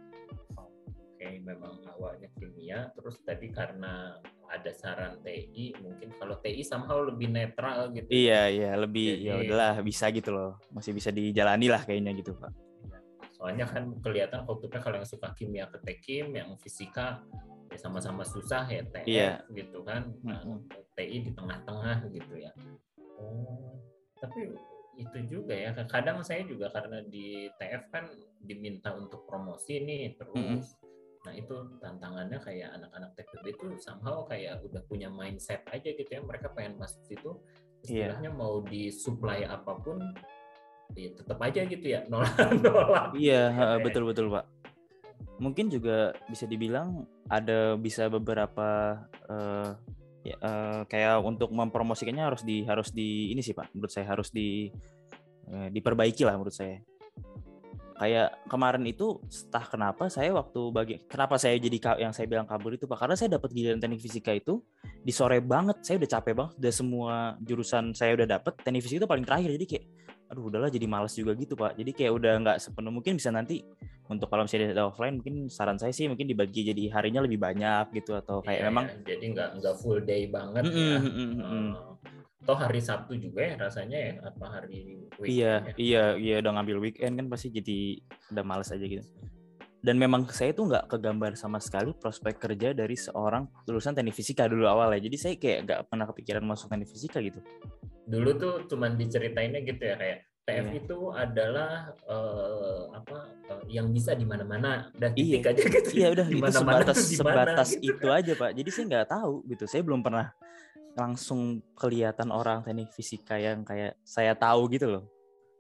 Oke, memang awalnya kimia, terus tadi karena ada saran T I, mungkin kalau T I somehow lebih netral gitu. Iya iya lebih Jadi, ya udahlah bisa gitu loh, masih bisa dijalani lah kayaknya gitu Pak. Soalnya kan kelihatan waktu kalau yang suka kimia ke Tekim, yang fisika ya sama-sama susah ya T F iya. gitu kan, nah, mm-hmm. T I di tengah-tengah gitu ya. Oh, tapi itu juga ya. Kadang saya juga karena di T F kan diminta untuk promosi nih terus. Mm-hmm. Nah itu tantangannya kayak anak-anak T P B itu somehow kayak udah punya mindset aja gitu ya, mereka pengen masuk situ istilahnya yeah. mau disuplai apapun ya tetap aja gitu ya nolak-nolak. Iya gitu ya, betul-betul Pak. Mungkin juga bisa dibilang ada bisa beberapa uh, ya, uh, kayak untuk mempromosikannya harus di harus di ini sih Pak, menurut saya harus di uh, diperbaiki lah menurut saya. Kayak kemarin itu entah kenapa saya waktu bagi kenapa saya jadi yang saya bilang kabur itu Pak, karena saya dapat giliran teknik fisika itu di sore banget, saya udah capek banget, udah semua jurusan saya udah dapat, teknik fisika itu paling terakhir, jadi kayak aduh udahlah jadi malas juga gitu Pak, jadi kayak udah nggak sepenuh, mungkin bisa nanti untuk kalau misalnya ada offline mungkin saran saya sih mungkin dibagi jadi harinya lebih banyak gitu, atau kayak ya, memang ya, jadi nggak nggak full day banget mm-hmm, ya mm-hmm. Uh, toh hari Sabtu juga ya rasanya ya, apa hari weekend iya ya? iya iya udah ngambil weekend kan pasti jadi udah malas aja gitu. Dan memang saya tuh nggak kegambar sama sekali prospek kerja dari seorang lulusan teknik fisika dulu awalnya, jadi saya kayak nggak pernah kepikiran masuk teknik fisika gitu. Dulu tuh cuman diceritainnya gitu ya, kayak T F yeah. itu adalah uh, apa uh, yang bisa di mana-mana, dan titik iya. aja gitu. Iya udah itu sebatas tuh sebatas gitu, itu kan? Aja Pak. Jadi saya nggak tahu gitu. Saya belum pernah langsung kelihatan orang teknik fisika yang kayak saya tahu gitu loh.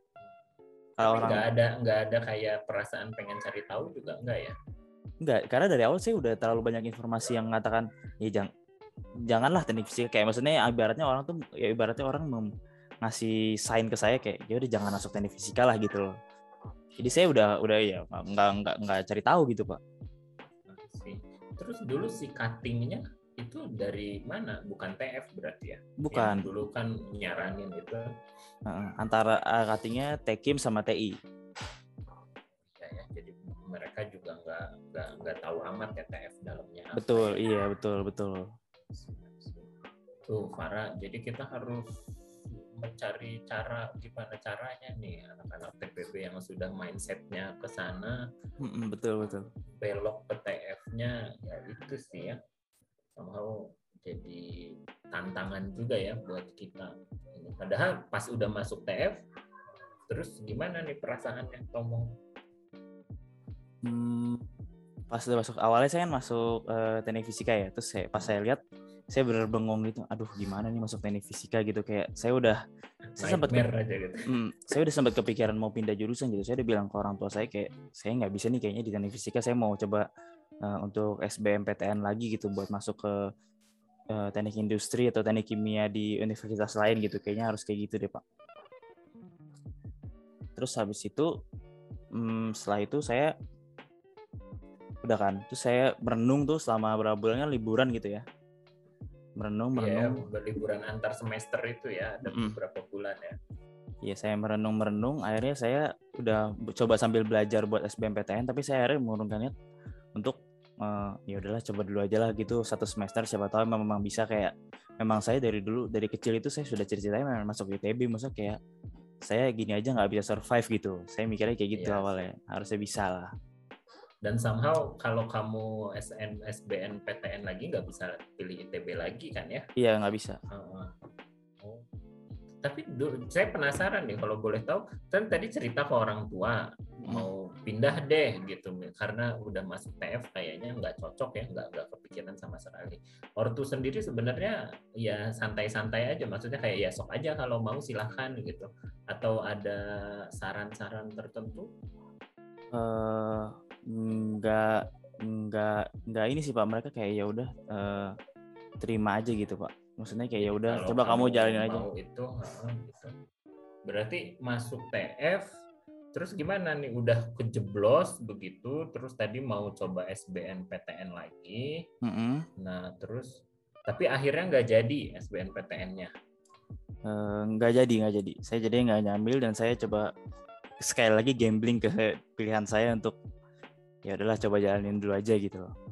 Kalau orang nggak ada nggak ada kayak perasaan pengen cari tahu juga enggak ya? Enggak, karena dari awal saya udah terlalu banyak informasi yang mengatakan ya jangan janganlah teknik fisika, kayak maksudnya ibaratnya orang tuh ya ibaratnya orang mem- ngasih sign ke saya kayak ya udah jangan masuk teknik fisika lah gitu loh. Jadi saya udah udah ya nggak nggak nggak cari tahu gitu Pak. Terus dulu si cuttingnya itu dari mana? Bukan T F berarti ya? Bukan. Yang dulu kan nyaranin itu. Antara uh, cuttingnya Tekim sama T I. Ya, ya, jadi mereka juga nggak nggak nggak tahu amat ya T F dalamnya. Betul, apa, ya. Iya betul betul. Tuh Farah, jadi kita harus mencari cara gimana caranya nih anak-anak T P B yang sudah mindsetnya ke sana, mm-hmm, betul betul belok ke T F-nya ya itu sih ya somehow jadi tantangan juga ya buat kita. Padahal pas udah masuk T F terus gimana nih perasaannya Tomo? Hmm, pas udah masuk awalnya saya kan masuk uh, teknik fisika ya, terus saya, pas saya lihat saya bener bengong gitu, aduh gimana nih masuk teknik fisika gitu, kayak saya udah saya sempat ke, gitu. mm, saya udah sempat kepikiran mau pindah jurusan gitu. Saya udah bilang ke orang tua saya kayak saya nggak bisa nih kayaknya di teknik fisika, saya mau coba uh, untuk S B M P T N lagi gitu buat masuk ke uh, teknik industri atau teknik kimia di universitas lain gitu, kayaknya harus kayak gitu deh Pak. Terus habis itu um, setelah itu saya udah kan, terus saya merenung tuh selama berapa bulan kan liburan gitu ya. Merenung, merenung. Ya, liburan antar semester itu ya, ada mm. beberapa bulan ya. Iya, saya merenung, merenung. Akhirnya saya udah coba sambil belajar buat S B M P T N, tapi saya akhirnya mengurungkan niat untuk uh, ya udahlah coba dulu aja lah gitu satu semester, siapa tahu memang, memang bisa. Kayak memang saya dari dulu dari kecil itu saya sudah cerita-ceritanya memang masuk I T B, maksudnya kayak saya gini aja nggak bisa survive gitu. Saya mikirnya kayak gitu ya, awalnya, harusnya bisa lah. Dan somehow kalau kamu S N S B N P T N lagi nggak bisa pilih I T B lagi kan ya? Iya, nggak bisa. Uh, oh. Tapi du- saya penasaran nih kalau boleh tahu, kan tadi cerita ke orang tua mau pindah deh gitu karena udah masuk T F kayaknya nggak cocok ya, nggak nggak kepikiran sama sekali. Ortu sendiri sebenarnya ya santai-santai aja, maksudnya kayak ya sok aja kalau mau silahkan gitu. Atau ada saran-saran tertentu? Eh, nggak nggak nggak ini sih Pak, mereka kayak ya udah eh, terima aja gitu Pak. Maksudnya kayak ya udah Kalau coba kamu jalanin aja. mau itu, uh, gitu. Berarti masuk T F, terus gimana nih? Udah kejeblos begitu, terus tadi mau coba S B N P T N lagi. Mm-mm. Nah terus, tapi akhirnya nggak jadi S B N P T N-nya. Eh, nggak jadi nggak jadi. Saya jadi nggak nyambil dan saya coba sekali lagi gambling ke pilihan saya untuk ya udahlah coba jalanin dulu aja gitu loh.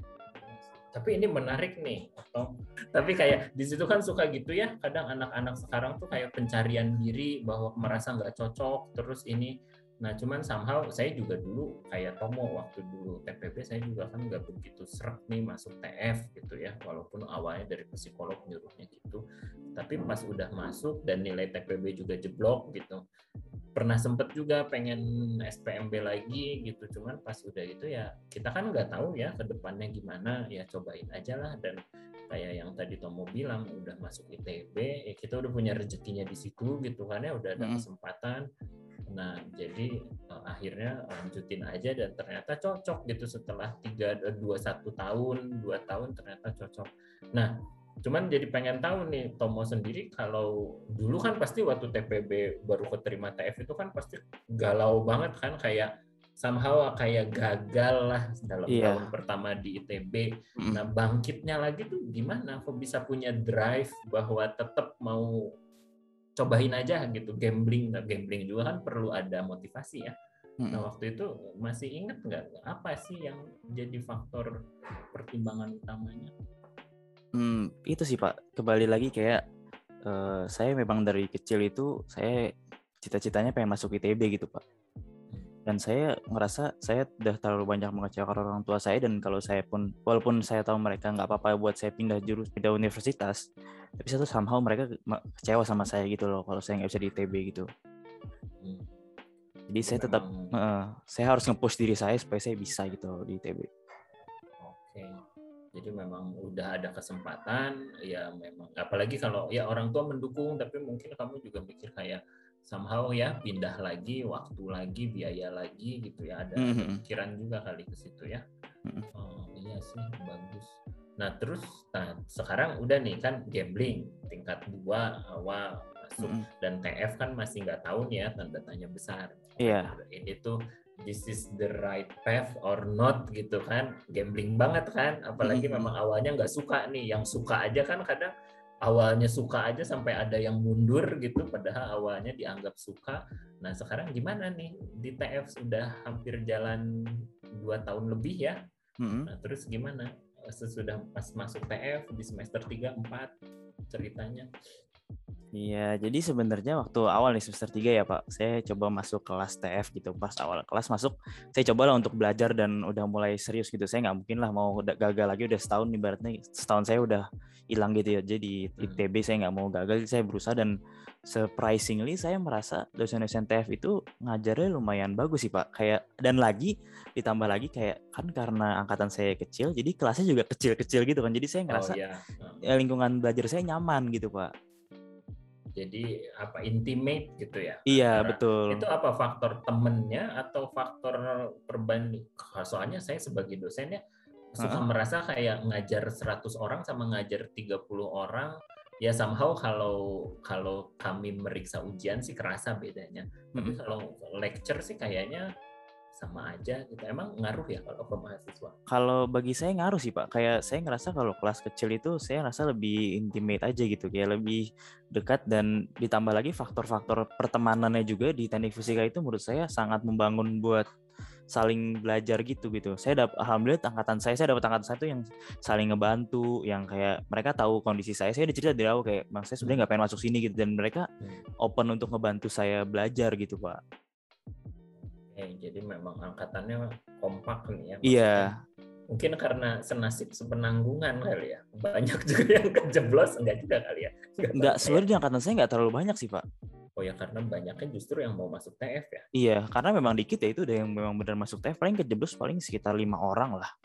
Tapi ini menarik nih, Tom. Tapi kayak di situ kan suka gitu ya, kadang anak-anak sekarang tuh kayak pencarian diri bahwa merasa nggak cocok, terus ini. Nah cuman somehow saya juga dulu kayak Tomo waktu dulu T P B saya juga kan nggak begitu seret nih masuk T F gitu ya, walaupun awalnya dari psikolog nyuruhnya gitu. Tapi pas udah masuk dan nilai T P B juga jeblok gitu, pernah sempet juga pengen S P M B lagi gitu, cuman pas udah itu ya kita kan nggak tahu ya ke depannya gimana, ya cobain aja lah. Dan kayak yang tadi Tomo bilang udah masuk I T B ya kita udah punya rezekinya di situ gitu kan ya, udah ada Mm-mm. kesempatan. Nah jadi uh, akhirnya lanjutin aja dan ternyata cocok gitu setelah tiga dua satu tahun dua tahun ternyata cocok. Nah cuman jadi pengen tahu nih Tomo sendiri, kalau dulu kan pasti waktu T P B baru keterima T F itu kan pasti galau banget kan, kayak somehow kayak gagal lah dalam Iya. tahun pertama di I T B. Mm-mm. Nah bangkitnya lagi tuh gimana? Kok bisa punya drive bahwa tetap mau cobain aja gitu, gambling. Nah gambling juga kan perlu ada motivasi ya. Nah Mm-mm. waktu itu masih inget nggak apa sih yang jadi faktor pertimbangan utamanya? Hmm, itu sih Pak, kembali lagi kayak eh, saya memang dari kecil itu saya cita-citanya pengen masuk I T B gitu Pak. Dan saya ngerasa saya udah terlalu banyak mengecewakan orang tua saya, dan kalau saya pun walaupun saya tahu mereka nggak apa-apa buat saya pindah jurus pindah universitas, tapi saya tuh somehow mereka me- kecewa sama saya gitu loh kalau saya nggak bisa di I T B gitu. Hmm. Jadi saya tetap Memang- eh, saya harus nge-push diri saya supaya saya bisa gitu loh di I T B. Oke, jadi memang udah ada kesempatan, ya memang. Apalagi kalau ya orang tua mendukung, tapi mungkin kamu juga mikir kayak somehow ya pindah lagi, waktu lagi, biaya lagi gitu ya. Ada, ada Mm-mm. pikiran juga kali ke situ ya. Mm-mm. Oh iya sih, bagus. Nah terus, nah sekarang udah nih kan gambling tingkat dua awal masuk. Mm-mm. Dan T F kan masih nggak tahu nih ya, tanda tanya besar. Iya. Ini tuh this is the right path or not gitu kan, gambling banget kan, apalagi Mm-mm. memang awalnya nggak suka nih, yang suka aja kan kadang awalnya suka aja sampai ada yang mundur gitu padahal awalnya dianggap suka. Nah sekarang gimana nih di T F sudah hampir jalan dua tahun lebih ya. Mm-mm. Nah terus gimana sesudah pas masuk T F di semester tiga empat ceritanya? Iya, jadi sebenarnya waktu awal nih semester tiga ya Pak, saya coba masuk kelas T F gitu. Pas awal kelas masuk, saya cobalah untuk belajar dan udah mulai serius gitu. Saya nggak mungkin lah mau udah gagal lagi, udah setahun ibaratnya setahun saya udah hilang gitu ya. Jadi I T B saya nggak mau gagal, jadi saya berusaha. Dan surprisingly saya merasa dosen-dosen T F itu ngajarnya lumayan bagus sih Pak. Kayak dan lagi ditambah lagi kayak kan karena angkatan saya kecil, jadi kelasnya juga kecil-kecil gitu kan. Jadi saya ngerasa Oh ya. ya, lingkungan belajar saya nyaman gitu Pak. Jadi apa intimate gitu ya? Iya, Antara, betul. itu apa faktor temennya atau faktor perbanding? Soalnya saya sebagai dosennya suka Uh-huh. merasa kayak ngajar seratus orang sama ngajar tiga puluh orang. Ya somehow kalau kalau kami meriksa ujian sih kerasa bedanya. Tapi Mm-mm. kalau lecture sih kayaknya sama aja gitu. Emang ngaruh ya kalau ke mahasiswa? Kalau bagi saya ngaruh sih Pak. Kayak saya ngerasa kalau kelas kecil itu saya rasa lebih intimate aja gitu, kayak lebih dekat. Dan ditambah lagi faktor-faktor pertemanannya juga di teknik fisika itu menurut saya sangat membangun buat saling belajar gitu gitu. Saya dapat alhamdulillah angkatan saya saya dapat angkatan saya tuh yang saling ngebantu, yang kayak mereka tahu kondisi saya. Saya udah cerita dari awal kayak Bang saya sebenarnya nggak pengen masuk sini gitu, dan mereka open untuk ngebantu saya belajar gitu Pak. Oke, Oke, jadi memang angkatannya kompak nih ya. Iya. Mungkin karena senasib sepenanggungan kali ya. Banyak juga yang kejeblos, enggak juga kali ya. Enggak, sebenarnya di angkatan saya nggak terlalu banyak sih, Pak. Oh ya, karena banyaknya justru yang mau masuk T F ya. Iya, karena memang dikit ya itu udah yang memang benar masuk T F, paling kejeblos paling sekitar lima orang lah.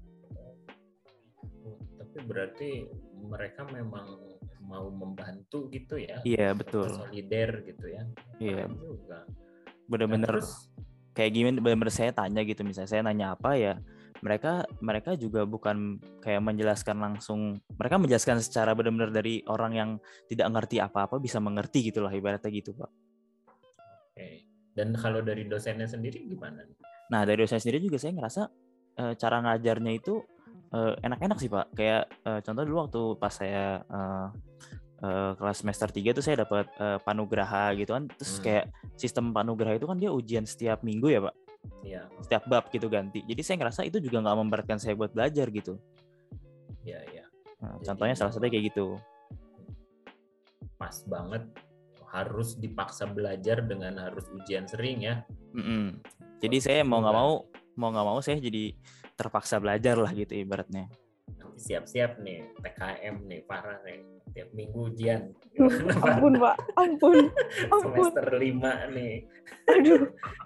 Oh, tapi berarti mereka memang mau membantu gitu ya. Iya, betul. Solider gitu ya. Iya. Juga. Bener-bener nah, terus, kayak gimana, bener-bener saya tanya gitu, misalnya saya nanya apa ya, mereka mereka juga bukan kayak menjelaskan langsung, mereka menjelaskan secara benar-benar dari orang yang tidak ngerti apa-apa bisa mengerti gitu lah, ibaratnya gitu, Pak. Oke. Dan kalau dari dosennya sendiri gimana? Nah, dari dosen sendiri juga saya ngerasa e, cara ngajarnya itu e, enak-enak sih, Pak. Kayak e, contoh dulu waktu pas saya e, e, kelas semester tiga tuh saya dapat e, panugraha gitu kan. Terus Hmm. kayak sistem panugraha itu kan dia ujian setiap minggu ya, Pak. Iya. Setiap bab gitu ganti. Jadi saya ngerasa itu juga nggak memberatkan saya buat belajar gitu. Iya, iya. Nah, contohnya salah satunya kayak gitu. Pas banget, harus dipaksa belajar dengan harus ujian sering ya. Mm-mm. Jadi saya mau nggak mau, mau nggak mau saya jadi terpaksa belajar lah gitu ibaratnya. Nanti siap-siap nih T K M nih, parah nih, tiap minggu ujian. Ampun Pak, ampun, ampun. Semester lima nih. Aduh.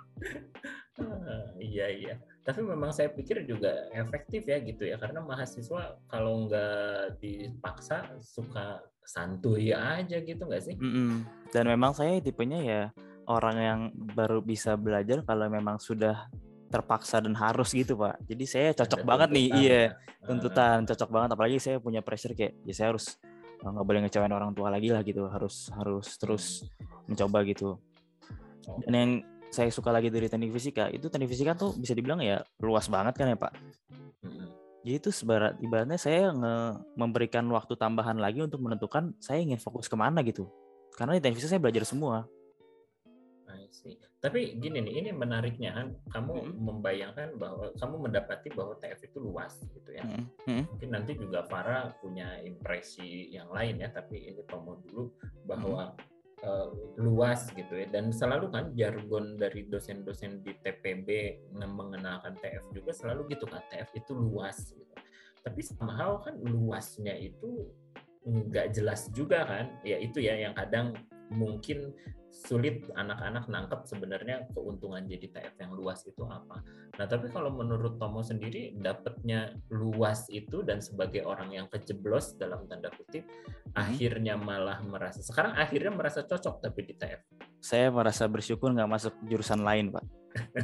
Ah, iya iya. Tapi memang saya pikir juga efektif ya gitu ya, karena mahasiswa kalau nggak dipaksa suka santuy aja gitu nggak sih? Mm-mm. Dan memang saya tipenya ya orang yang baru bisa belajar kalau memang sudah terpaksa dan harus gitu, Pak. Jadi saya cocok Ada banget nih, iya ya. tuntutan cocok banget. Apalagi saya punya pressure kayak ya saya harus nggak boleh ngecewain orang tua lagi lah gitu, harus harus terus mencoba gitu. Dan yang saya suka lagi dari teknik fisika itu, teknik fisika tuh bisa dibilang ya luas banget kan ya, Pak. Mm-hmm. Jadi itu sebarat ibaratnya saya nge- memberikan waktu tambahan lagi untuk menentukan saya ingin fokus kemana gitu. Karena di teknik fisika saya belajar semua. I see. Tapi gini nih, ini menariknya kan, kamu mm-hmm. membayangkan bahwa kamu mendapati bahwa T F itu luas gitu ya. Mm-hmm. Mungkin nanti juga Farah punya impresi yang lain ya, tapi ini Tomo dulu bahwa mm-hmm. Uh, luas gitu ya, dan selalu kan jargon dari dosen-dosen di T P B mengenalkan T F juga selalu gitu kan, T F itu luas gitu. Tapi somehow kan luasnya itu nggak jelas juga kan, ya itu ya yang kadang mungkin sulit anak-anak nangkep sebenarnya keuntungan jadi T F yang luas itu apa. Nah tapi kalau menurut Tomo sendiri dapatnya luas itu dan sebagai orang yang kejeblos dalam tanda kutip, hmm. akhirnya malah merasa, sekarang akhirnya merasa cocok tapi di T F. Saya merasa bersyukur nggak masuk jurusan lain, Pak.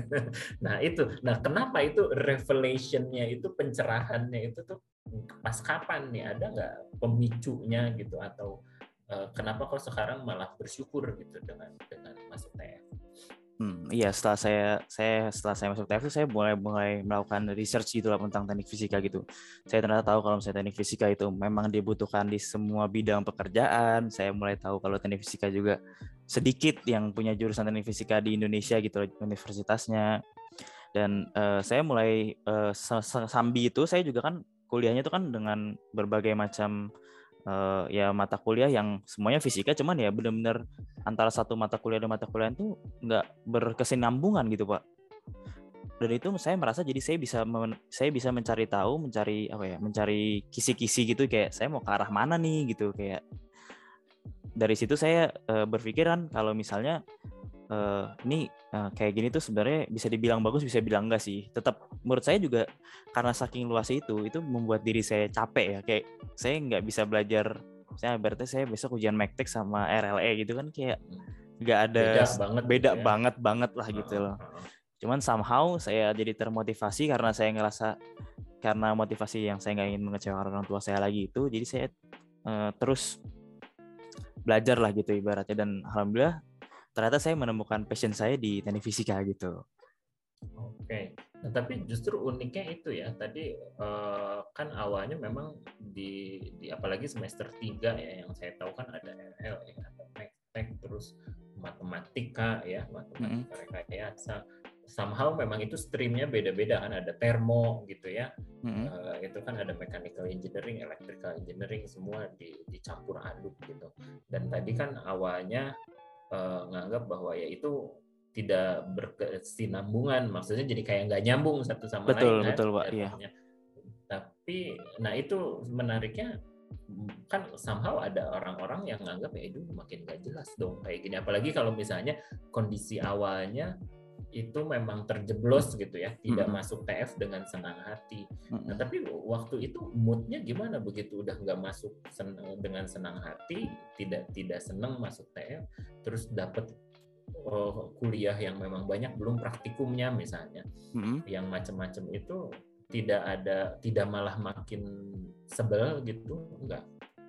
Nah itu, nah kenapa itu revelationnya itu, pencerahannya itu tuh pas kapan nih, ada nggak pemicunya gitu, atau kenapa kok sekarang malah bersyukur gitu dengan dengan masuk T F? Hmm, iya, setelah saya saya setelah saya masuk T F itu saya mulai mulai melakukan research gitu lah tentang teknik fisika gitu. Saya ternyata tahu kalau misalnya teknik fisika itu memang dibutuhkan di semua bidang pekerjaan. Saya mulai tahu kalau teknik fisika juga sedikit yang punya jurusan teknik fisika di Indonesia gitu, universitasnya. Dan uh, saya mulai uh, sambi itu saya juga kan kuliahnya itu kan dengan berbagai macam Uh, ya mata kuliah yang semuanya fisika, cuman ya benar-benar antara satu mata kuliah dan mata kuliah itu nggak berkesinambungan gitu, Pak. Dan itu saya merasa jadi saya bisa men- saya bisa mencari tahu, mencari apa ya, mencari kisi-kisi gitu, kayak saya mau ke arah mana nih gitu. Kayak dari situ saya uh, berpikiran kalau misalnya Uh, ini uh, kayak gini tuh sebenarnya bisa dibilang bagus, bisa bilang enggak sih. Tetap menurut saya juga karena saking luas itu, itu membuat diri saya capek ya. Kayak saya nggak bisa belajar. Saya berarti saya besok ujian Mektek sama R L E gitu kan, kayak nggak ada beda banget, beda gitu ya. banget banget lah gitu loh. Cuman somehow saya jadi termotivasi karena saya ngerasa karena motivasi yang saya nggak ingin mengecewakan orang tua saya lagi itu, jadi saya uh, terus belajar lah gitu ibaratnya, dan alhamdulillah ternyata saya menemukan passion saya di teknik fisika gitu. Oke, nah, tapi justru uniknya itu ya, tadi uh, kan awalnya memang di, di apalagi semester tiga ya, yang saya tahu kan ada R L, ya, ada Mektek, terus matematika ya, matematika mm-hmm. rekayasa. Somehow memang itu streamnya beda-beda kan, ada termo gitu ya, mm-hmm. uh, itu kan ada mechanical engineering, electrical engineering, semua di, dicampur aduk gitu. Dan tadi kan awalnya Uh, nganggap bahwa ya itu tidak berkesinambungan, maksudnya jadi kayak nggak nyambung satu sama Betul, lain kan. betul, Pak. Iya. jatuhnya. Tapi nah itu menariknya kan somehow ada orang-orang yang nganggap ya itu makin nggak jelas dong kayak gini, apalagi kalau misalnya kondisi awalnya itu memang terjeblos gitu ya, tidak Mm-mm. masuk T F dengan senang hati. Mm-mm. Nah tapi waktu itu moodnya gimana begitu udah nggak masuk sen- dengan senang hati, tidak tidak senang masuk T F, terus dapat oh, kuliah yang memang banyak belum praktikumnya misalnya, Mm-mm. yang macam-macam itu tidak ada, tidak malah makin sebel gitu, enggak?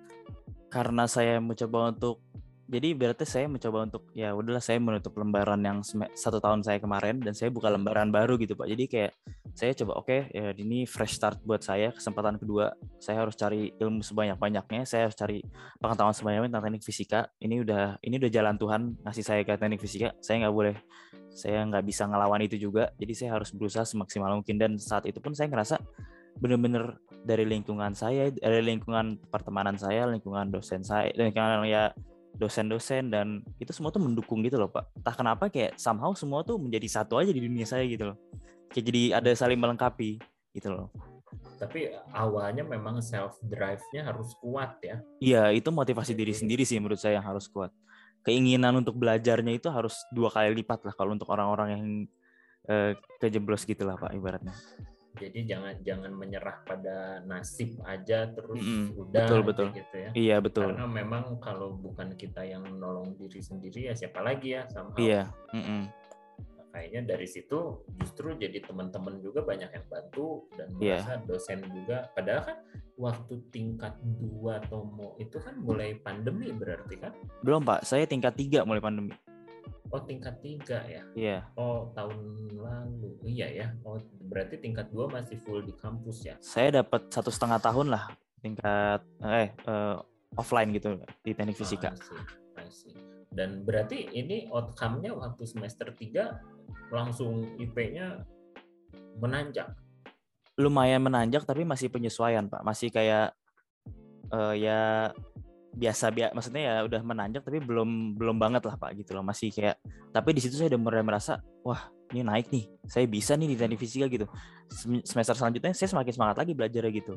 Karena saya mencoba untuk, jadi berarti saya mencoba untuk ya udahlah saya menutup lembaran yang sem- satu tahun saya kemarin dan saya buka lembaran baru gitu Pak. Jadi kayak saya coba oke okay, ya ini fresh start buat saya, kesempatan kedua. Saya harus cari ilmu sebanyak-banyaknya, saya harus cari pengetahuan sebanyak-banyaknya tentang teknik fisika. Ini udah ini udah jalan Tuhan ngasih saya ke teknik fisika. Saya nggak boleh, saya nggak bisa ngelawan itu juga. Jadi saya harus berusaha semaksimal mungkin, dan saat itu pun saya ngerasa bener-bener dari lingkungan saya, dari lingkungan pertemanan saya, lingkungan dosen saya, lingkungan ya dosen-dosen, dan itu semua tuh mendukung gitu loh Pak. Entah kenapa kayak somehow semua tuh menjadi satu aja di dunia saya gitu loh. Kayak jadi ada saling melengkapi gitu loh. Tapi awalnya memang self drive-nya harus kuat ya. Iya, itu motivasi diri sendiri sih menurut saya yang harus kuat. Keinginan untuk belajarnya itu harus dua kali lipat lah kalau untuk orang-orang yang eh, kejeblos gitulah Pak ibaratnya. Jadi jangan jangan menyerah pada nasib aja terus Mm-mm. udah Betul, aja betul. gitu ya. Iya betul. Karena memang kalau bukan kita yang nolong diri sendiri ya siapa lagi ya somehow. Iya. Mm-mm. Kayaknya dari situ justru jadi teman-teman juga banyak yang bantu dan Iya. merasa dosen juga. Padahal kan waktu tingkat dua Tomo itu kan mulai pandemi berarti kan? Belum Pak, saya tingkat tiga mulai pandemi. Oh tingkat tiga ya? Iya. Oh tahun lalu, iya ya. Oh berarti tingkat dua masih full di kampus ya? Saya dapat satu setengah tahun lah tingkat eh uh, offline gitu di teknik fisika. Oh, I see, I see. Dan berarti ini outcome-nya waktu semester tiga langsung I P-nya menanjak? Lumayan menanjak tapi masih penyesuaian Pak, masih kayak uh, ya biasa biasa, maksudnya ya udah menanjak tapi belum belum banget lah Pak gitu loh, masih kayak, tapi di situ saya udah mulai merasa wah ini naik nih, saya bisa nih di teknik fisika gitu. Semester selanjutnya saya semakin semangat lagi belajarnya gitu.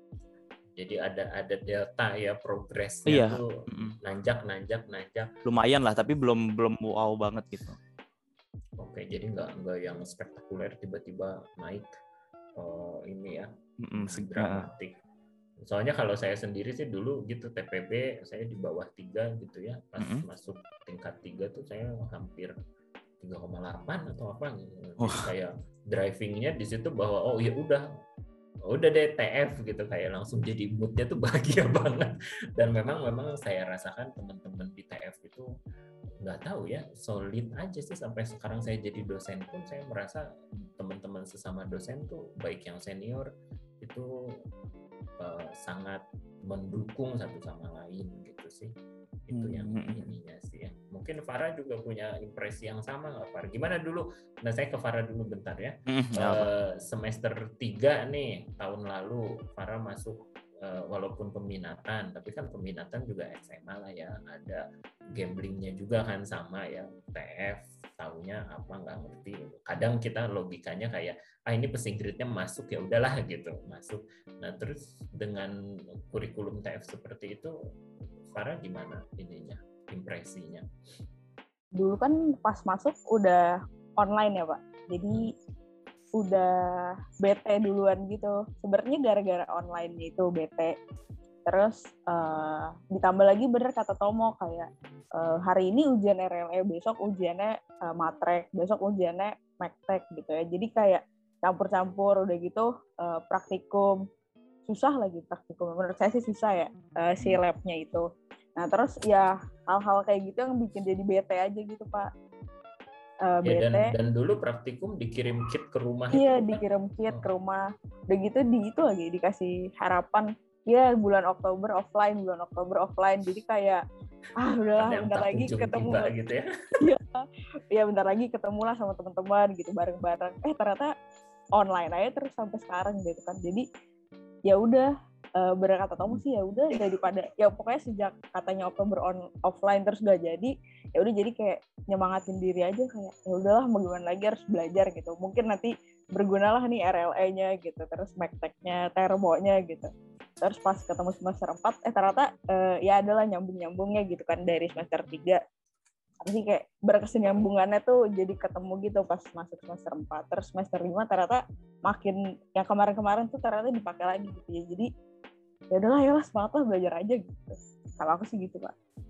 Jadi ada ada delta ya progresnya. Iya. Tuh nanjak nanjak nanjak. Lumayan lah tapi belum belum wow banget gitu. Oke, jadi nggak nggak yang spektakuler tiba-tiba naik oh, ini ya Mm-mm, dramatik. Soalnya kalau saya sendiri sih dulu gitu T P B saya di bawah tiga gitu ya, pas mm-hmm. masuk tingkat tiga tuh saya hampir tiga koma delapan atau apa gitu. Oh. Kayak drivingnya di situ bahwa oh ya udah udah deh T F gitu, kayak langsung jadi moodnya tuh bahagia banget. Dan memang memang saya rasakan teman-teman di T F itu nggak tahu ya solid aja sih sampai sekarang saya jadi dosen pun saya merasa teman-teman sesama dosen tuh baik yang senior itu Uh, sangat mendukung satu sama lain gitu sih. Itu yang ininya sih ya. Mungkin Farah juga punya impresi yang sama nggak Farah? Gimana dulu? Nah saya ke Farah dulu bentar ya. uh, semester tiga nih tahun lalu Farah masuk uh, walaupun peminatan, tapi kan peminatan juga S M A lah ya, ada gamblingnya juga kan sama ya, T F taunya apa nggak ngerti. Kadang kita logikanya kayak ah ini passing grade-nya masuk ya udahlah gitu masuk. Nah terus dengan kurikulum T F seperti itu, Farah gimana ininya impresinya? Dulu kan pas masuk udah online ya Pak, jadi udah bete duluan gitu. Sebenarnya gara-gara online itu bete. Terus uh, ditambah lagi bener kata Tomo kayak uh, hari ini ujian R L E, besok ujiannya uh, matrek, besok ujiannya mektek gitu ya. Jadi kayak campur-campur udah gitu uh, praktikum. Susah lagi praktikum. Menurut saya sih susah ya uh, si labnya itu. Nah terus ya hal-hal kayak gitu yang bikin jadi bete aja gitu Pak. Uh, ya, bete. Dan, dan dulu praktikum dikirim kit ke rumah. Iya itu, dikirim kan? Kit ke rumah. Udah gitu di itu lagi dikasih harapan. Ya bulan Oktober offline, bulan Oktober offline. Jadi kayak ah udahlah bentar lagi ketemu gitu ya. Iya. Ya bentar lagi ketemulah sama teman-teman gitu bareng-bareng. Eh ternyata online aja terus sampai sekarang gitu kan. Jadi ya udah uh, berkata Tomo sih ya udah daripada ya pokoknya sejak katanya Oktober on offline terus gak jadi, ya udah jadi kayak nyemangatin diri aja kayak ya udahlah mau gimana lagi harus belajar gitu. Mungkin nanti bergunalah nih R L E-nya gitu, terus Magtech-nya, Termo-nya gitu. Terus pas ketemu semester empat, eh ternyata uh, ya adalah nyambung-nyambungnya gitu kan dari semester tiga. Tapi kayak berkesinambungannya tuh jadi ketemu gitu pas masuk semester empat. Terus semester lima ternyata makin yang kemarin-kemarin tuh ternyata dipakai lagi gitu ya. Jadi ya udahlah ya lah semangat lah belajar aja gitu. Kalau aku sih gitu, Pak.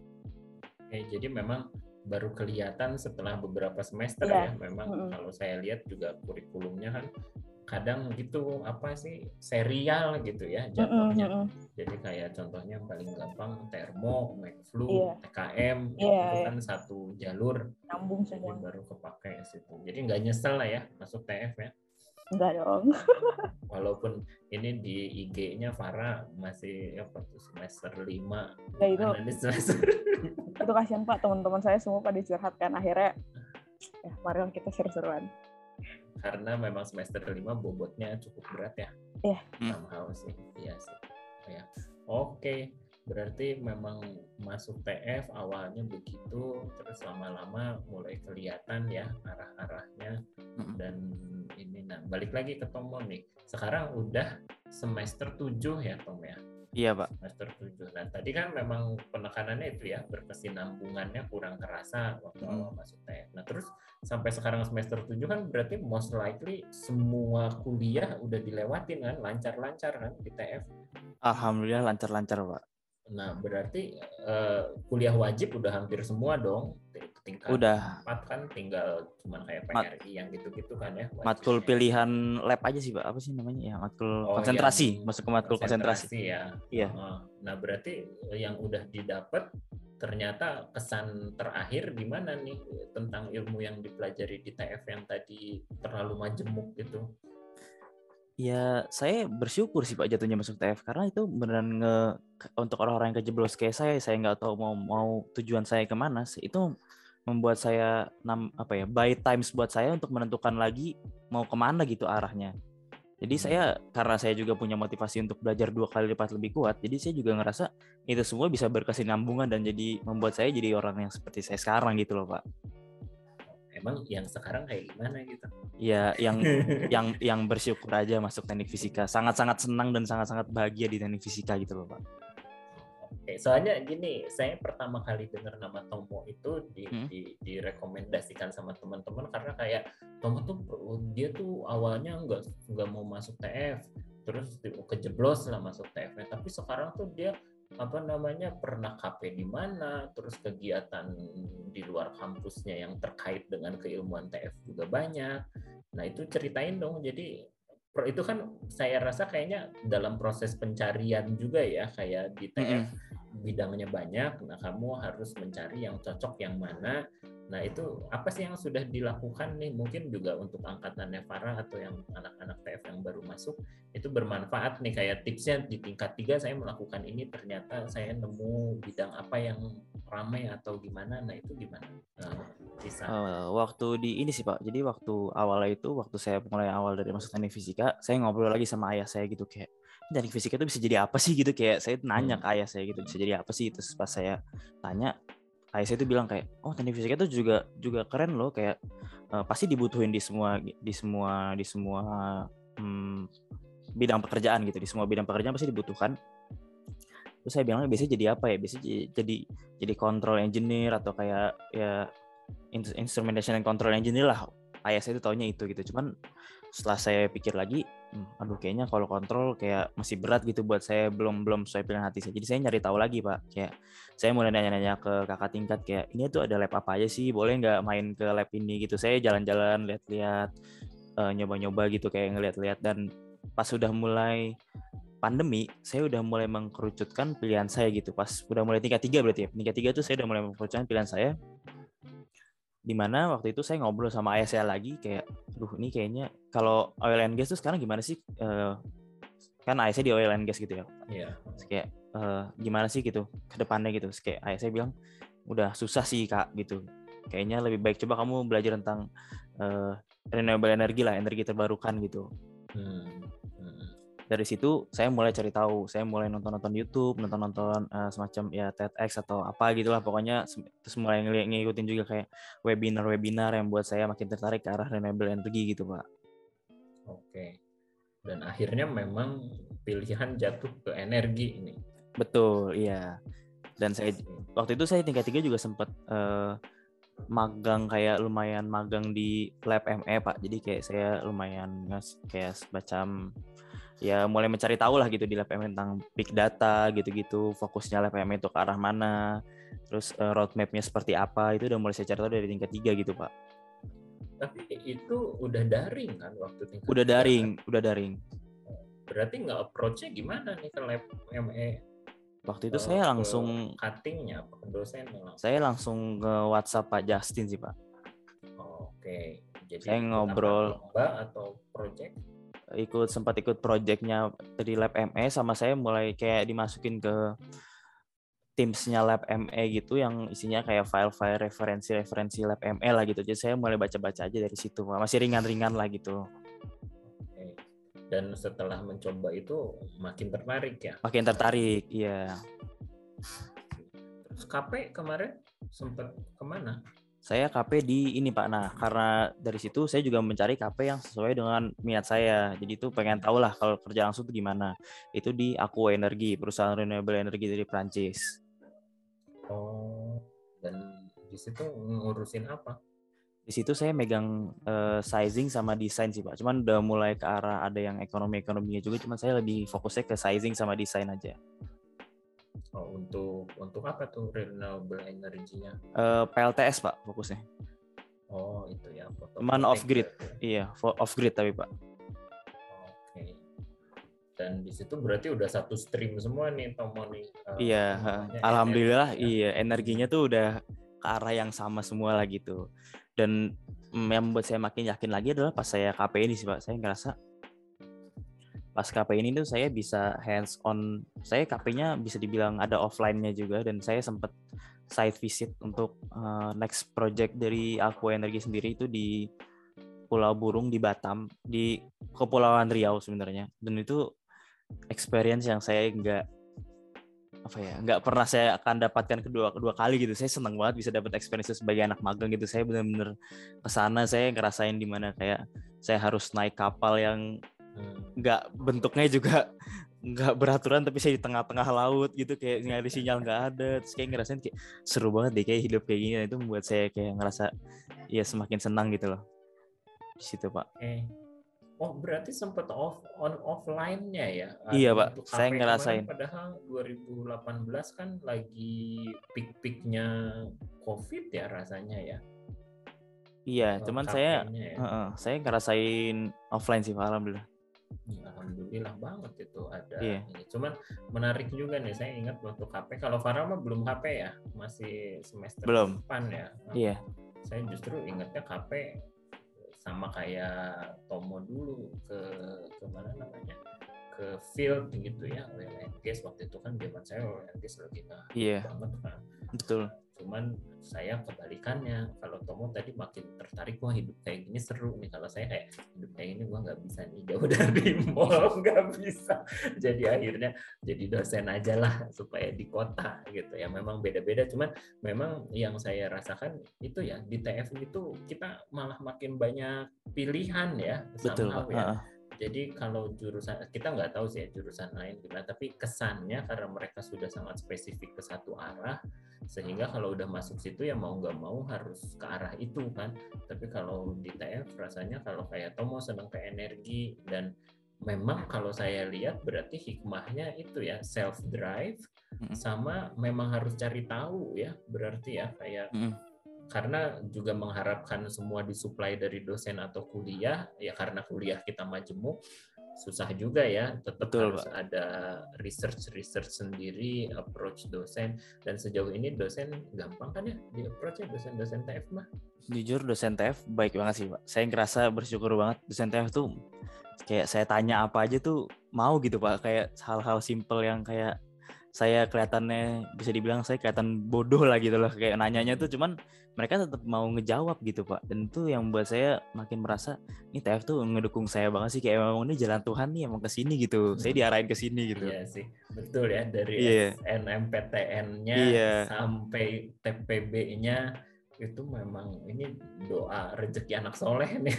Oke, jadi memang baru kelihatan setelah beberapa semester yeah. ya. Memang mm-hmm. kalau saya lihat juga kurikulumnya kan kadang gitu apa sih serial gitu ya jatuhnya. Mm-hmm. Jadi kayak contohnya paling gampang Termo, Magflu, yeah. T K M yeah, itu yeah. kan satu jalur. Nyambung semua. Jadi baru kepakai situ. Jadi nggak nyesel lah ya masuk T F ya. Enggak dong. Walaupun ini di I G-nya Farah masih apa tuh semester lima. Ya itu. Semester. Itu kasihan Pak, teman-teman saya semua pada curhat kan akhirnya ya marilah kita seru-seruan. Karena memang semester lima bobotnya cukup berat ya. Iya. Somehow sih. Iya sih. Ya. Oke, berarti memang masuk T F awalnya begitu, terus lama-lama mulai kelihatan ya arah-arahnya. Dan ini nah balik lagi ke Tomo nih. Sekarang udah semester tujuh ya Tom ya. Iya Pak. Semester tujuh. Nah tadi kan memang penekanannya itu ya berkesinambungannya kurang kerasa waktu hmm. awal masuk T F. Nah terus sampai sekarang semester tujuh kan berarti most likely semua kuliah udah dilewatin kan, lancar-lancar kan di T F. Alhamdulillah lancar-lancar Pak. Nah berarti uh, kuliah wajib udah hampir semua dong. Tingkat udah. empat kan tinggal cuma kayak P R I yang gitu-gitu kan ya. Wajibnya. Matkul pilihan lab aja sih Pak. Apa sih namanya ya? Matkul oh, konsentrasi. Masuk ke matkul konsentrasi. konsentrasi. Ya. Iya. Nah berarti yang udah didapat ternyata kesan terakhir gimana nih tentang ilmu yang dipelajari di T F yang tadi terlalu majemuk gitu? Ya saya bersyukur sih Pak jatuhnya masuk T F karena itu beneran nge untuk orang-orang yang kejeblos kayak saya, saya nggak tahu mau mau tujuan saya kemana. Itu membuat saya apa ya buy times buat saya untuk menentukan lagi mau kemana gitu arahnya. Jadi hmm. saya karena saya juga punya motivasi untuk belajar dua kali lipat lebih kuat, jadi saya juga ngerasa itu semua bisa berkesinambungan dan jadi membuat saya jadi orang yang seperti saya sekarang gitu loh Pak. Emang yang sekarang kayak gimana gitu? Ya yang yang yang bersyukur aja masuk teknik fisika, sangat-sangat senang dan sangat-sangat bahagia di teknik fisika gitu loh Pak. Oke, soalnya gini, saya pertama kali dengar nama Tomo itu di, hmm? di, direkomendasikan sama teman-teman karena kayak Tomo tuh dia tuh awalnya nggak nggak mau masuk T F, terus kejeblos lah masuk T F-nya, tapi sekarang tuh dia apa namanya pernah K P di mana, terus kegiatan di luar kampusnya yang terkait dengan keilmuan T F juga banyak. Nah itu ceritain dong, jadi itu kan saya rasa kayaknya dalam proses pencarian juga ya kayak di T F mm-hmm. bidangnya banyak, nah kamu harus mencari yang cocok yang mana. Nah itu apa sih yang sudah dilakukan nih mungkin juga untuk angkatannya Farah atau yang anak-anak T F yang baru masuk itu bermanfaat nih kayak tipsnya di tingkat tiga saya melakukan ini ternyata saya nemu bidang apa yang ramai atau gimana, nah itu gimana? Nah, bisa. Uh, waktu di ini sih Pak, jadi waktu awalnya itu waktu saya mulai awal dari masuk teknik fisika, saya ngobrol lagi sama ayah saya gitu kayak teknik fisika itu bisa jadi apa sih gitu, kayak saya nanya hmm. ke ayah saya gitu bisa jadi apa sih, terus pas saya tanya ayah saya itu bilang kayak oh teknik fisika itu juga juga keren loh kayak uh, pasti dibutuhin di semua di semua di semua hmm, bidang pekerjaan gitu, di semua bidang pekerjaan pasti dibutuhkan. Terus saya bilang biasanya jadi apa ya, biasanya jadi jadi control engineer atau kayak ya instrumentation and control engineer lah, ayah saya itu taunya itu gitu. Cuman setelah saya pikir lagi, hmm, aduh kayaknya kalau kontrol kayak masih berat gitu buat saya, belum belum sesuai pilihan hati saya. Jadi saya nyari tahu lagi Pak, kayak saya mulai nanya-nanya ke kakak tingkat kayak ini tuh ada lab apa aja sih, boleh nggak main ke lab ini gitu. Saya jalan-jalan lihat-lihat, uh, nyoba-nyoba gitu kayak ngeliat-lihat, dan pas sudah mulai pandemi, saya udah mulai mengkerucutkan pilihan saya gitu. Pas udah mulai tingkat tiga berarti ya. Tingkat tiga itu saya udah mulai mengkerucutkan pilihan saya. Dimana waktu itu saya ngobrol sama ayah saya lagi kayak, aduh ini kayaknya kalau oil and gas tuh sekarang gimana sih? Uh, kan ayah saya di oil and gas gitu ya. Iya. Yeah. Kayak uh, gimana sih gitu ke depannya gitu. Terus kayak ayah saya bilang, udah susah sih Kak gitu. Kayaknya lebih baik coba kamu belajar tentang uh, renewable energy lah, energi terbarukan gitu. Hmm. Hmm. dari situ saya mulai cari tahu, saya mulai nonton-nonton YouTube, nonton-nonton uh, semacam ya TEDx atau apa gitulah pokoknya, terus mulai ng- ngikutin juga kayak webinar-webinar yang buat saya makin tertarik ke arah renewable energy gitu Pak. Oke. Dan akhirnya memang pilihan jatuh ke energi ini. Betul, iya. Dan saya waktu itu saya tingkat tiga juga sempat uh, magang, kayak lumayan magang di lab M E Pak. Jadi kayak saya lumayan kayak semacam ya mulai mencari tahu lah gitu di lab M E tentang big data gitu-gitu, fokusnya lab M E itu ke arah mana, terus uh, roadmap-nya seperti apa, itu udah mulai saya cari tahu dari tingkat tiga gitu Pak. Tapi itu udah daring kan waktu tingkat Udah tiga, daring, kan? udah daring. Berarti nggak approach-nya gimana nih ke lab M E? Waktu itu uh, saya langsung cutting-nya apa ke dosennya langsung? Saya langsung ke WhatsApp Pak Justin sih Pak. Oh, Oke, okay. Jadi saya ngobrol lomba atau project? Ikut sempat ikut projectnya dari lab M E, sama saya mulai kayak dimasukin ke Teams-nya lab M E gitu yang isinya kayak file-file referensi-referensi lab M E lah gitu. Jadi saya mulai baca-baca aja dari situ Pak. Masih ringan-ringan lah gitu. Oke. Dan setelah mencoba itu makin tertarik ya? Makin tertarik, iya. Terus K P kemarin sempat kemana? Saya K P di ini Pak. Nah, karena dari situ saya juga mencari K P yang sesuai dengan minat saya. Jadi itu pengen tahu lah kalau kerja langsung itu gimana. Itu di Aqua Energy, perusahaan renewable energy dari Prancis. Oh, dan di situ ngurusin apa? Di situ saya megang uh, sizing sama desain sih Pak. Cuman udah mulai ke arah ada yang ekonomi-ekonominya juga. Cuman saya lebih fokusnya ke sizing sama desain aja. Oh, untuk untuk apa tuh renewable energy-nya? Uh, P L T S Pak fokusnya. Oh itu ya. Cuman off grid, iya off grid tapi Pak. Oke. Dan di situ berarti udah satu stream semua nih Tomo nih. Uh, iya, alhamdulillah energi, iya energinya tuh udah ke arah yang sama semua lah gitu. Dan mm, yang membuat saya makin yakin lagi adalah pas saya K P ini sih Pak. Saya ngerasa pas K P ini tuh saya bisa hands on. Saya K P-nya bisa dibilang ada offline-nya juga, dan saya sempat site visit untuk uh, next project dari Aqua Energy sendiri itu di Pulau Burung di Batam, di Kepulauan Riau sebenarnya. Dan itu experience yang saya nggak apa ya nggak pernah saya akan dapatkan kedua kedua kali gitu. Saya senang banget bisa dapat experience sebagai anak magang gitu. Saya benar-benar kesana, saya ngerasain di mana kayak saya harus naik kapal yang nggak bentuknya juga nggak beraturan, tapi saya di tengah-tengah laut gitu, kayak nyari sinyal nggak ada. Terus kayak ngerasain kayak seru banget deh kayak hidup kayak gini. Itu membuat saya kayak ngerasa ya semakin senang gitu loh di situ Pak. Okay. Oh berarti sempat off on offline-nya ya? Iya Pak, saya ngerasain. Padahal dua ribu delapan belas kan lagi peak-peaknya COVID ya rasanya ya. Iya, oh, cuman saya ya. uh, uh, saya ngerasain offline sih Pak, alhamdulillah. Ya, alhamdulillah banget itu ada. Iya. Ini. Cuman menarik juga nih, saya ingat waktu K P. Kalau Farah mah belum K P ya, masih semester belum. depan ya. Nah, iya. Saya justru ingatnya K P sama kayak Tomo dulu ke ke mana namanya ke field gitu ya, oil and gas. Waktu itu kan zaman saya oil and gas lagi nah iya. banget kan. Betul. Cuman saya kebalikannya, kalau Tomo tadi makin tertarik, wah hidup kayak gini seru nih. Kalau saya kayak hidup kayak gini gua nggak bisa nih, jauh dari mall nggak bisa. Jadi akhirnya jadi dosen aja lah supaya di kota gitu ya. Memang beda-beda, cuman memang yang saya rasakan itu ya di T F itu kita malah makin banyak pilihan ya. Betul ya. Uh-uh. Jadi kalau jurusan, kita nggak tahu sih ya jurusan lain gimana, tapi kesannya karena mereka sudah sangat spesifik ke satu arah, sehingga kalau udah masuk situ ya mau nggak mau harus ke arah itu kan. Tapi kalau di T F rasanya kalau kayak Tomo senang ke energi, dan memang kalau saya lihat berarti hikmahnya itu ya self drive, mm-hmm. sama memang harus cari tahu ya, berarti ya kayak mm-hmm. karena juga mengharapkan semua disuplai dari dosen atau kuliah ya, karena kuliah kita majemuk susah juga ya, tetap Betul, harus Pak. Ada research research sendiri, approach dosen. Dan sejauh ini dosen gampang kan ya di approach ya, dosen-dosen T F mah? Jujur dosen T F baik banget sih Pak. Saya ngerasa bersyukur banget, dosen T F tuh kayak saya tanya apa aja tuh mau gitu Pak, kayak hal-hal simple yang kayak saya kelihatannya bisa dibilang saya kelihatan bodoh lah gitu loh, kayak nanyanya tuh cuman mereka tetap mau ngejawab gitu Pak, dan itu yang membuat saya makin merasa ini T F tuh ngedukung saya banget sih, kayak emang ini jalan Tuhan nih emang ke sini gitu, saya diarahin ke sini gitu. Iya sih, betul ya, dari Iya. S N M P T N-nya Iya. sampai T P B-nya itu memang ini doa rezeki anak soleh nih.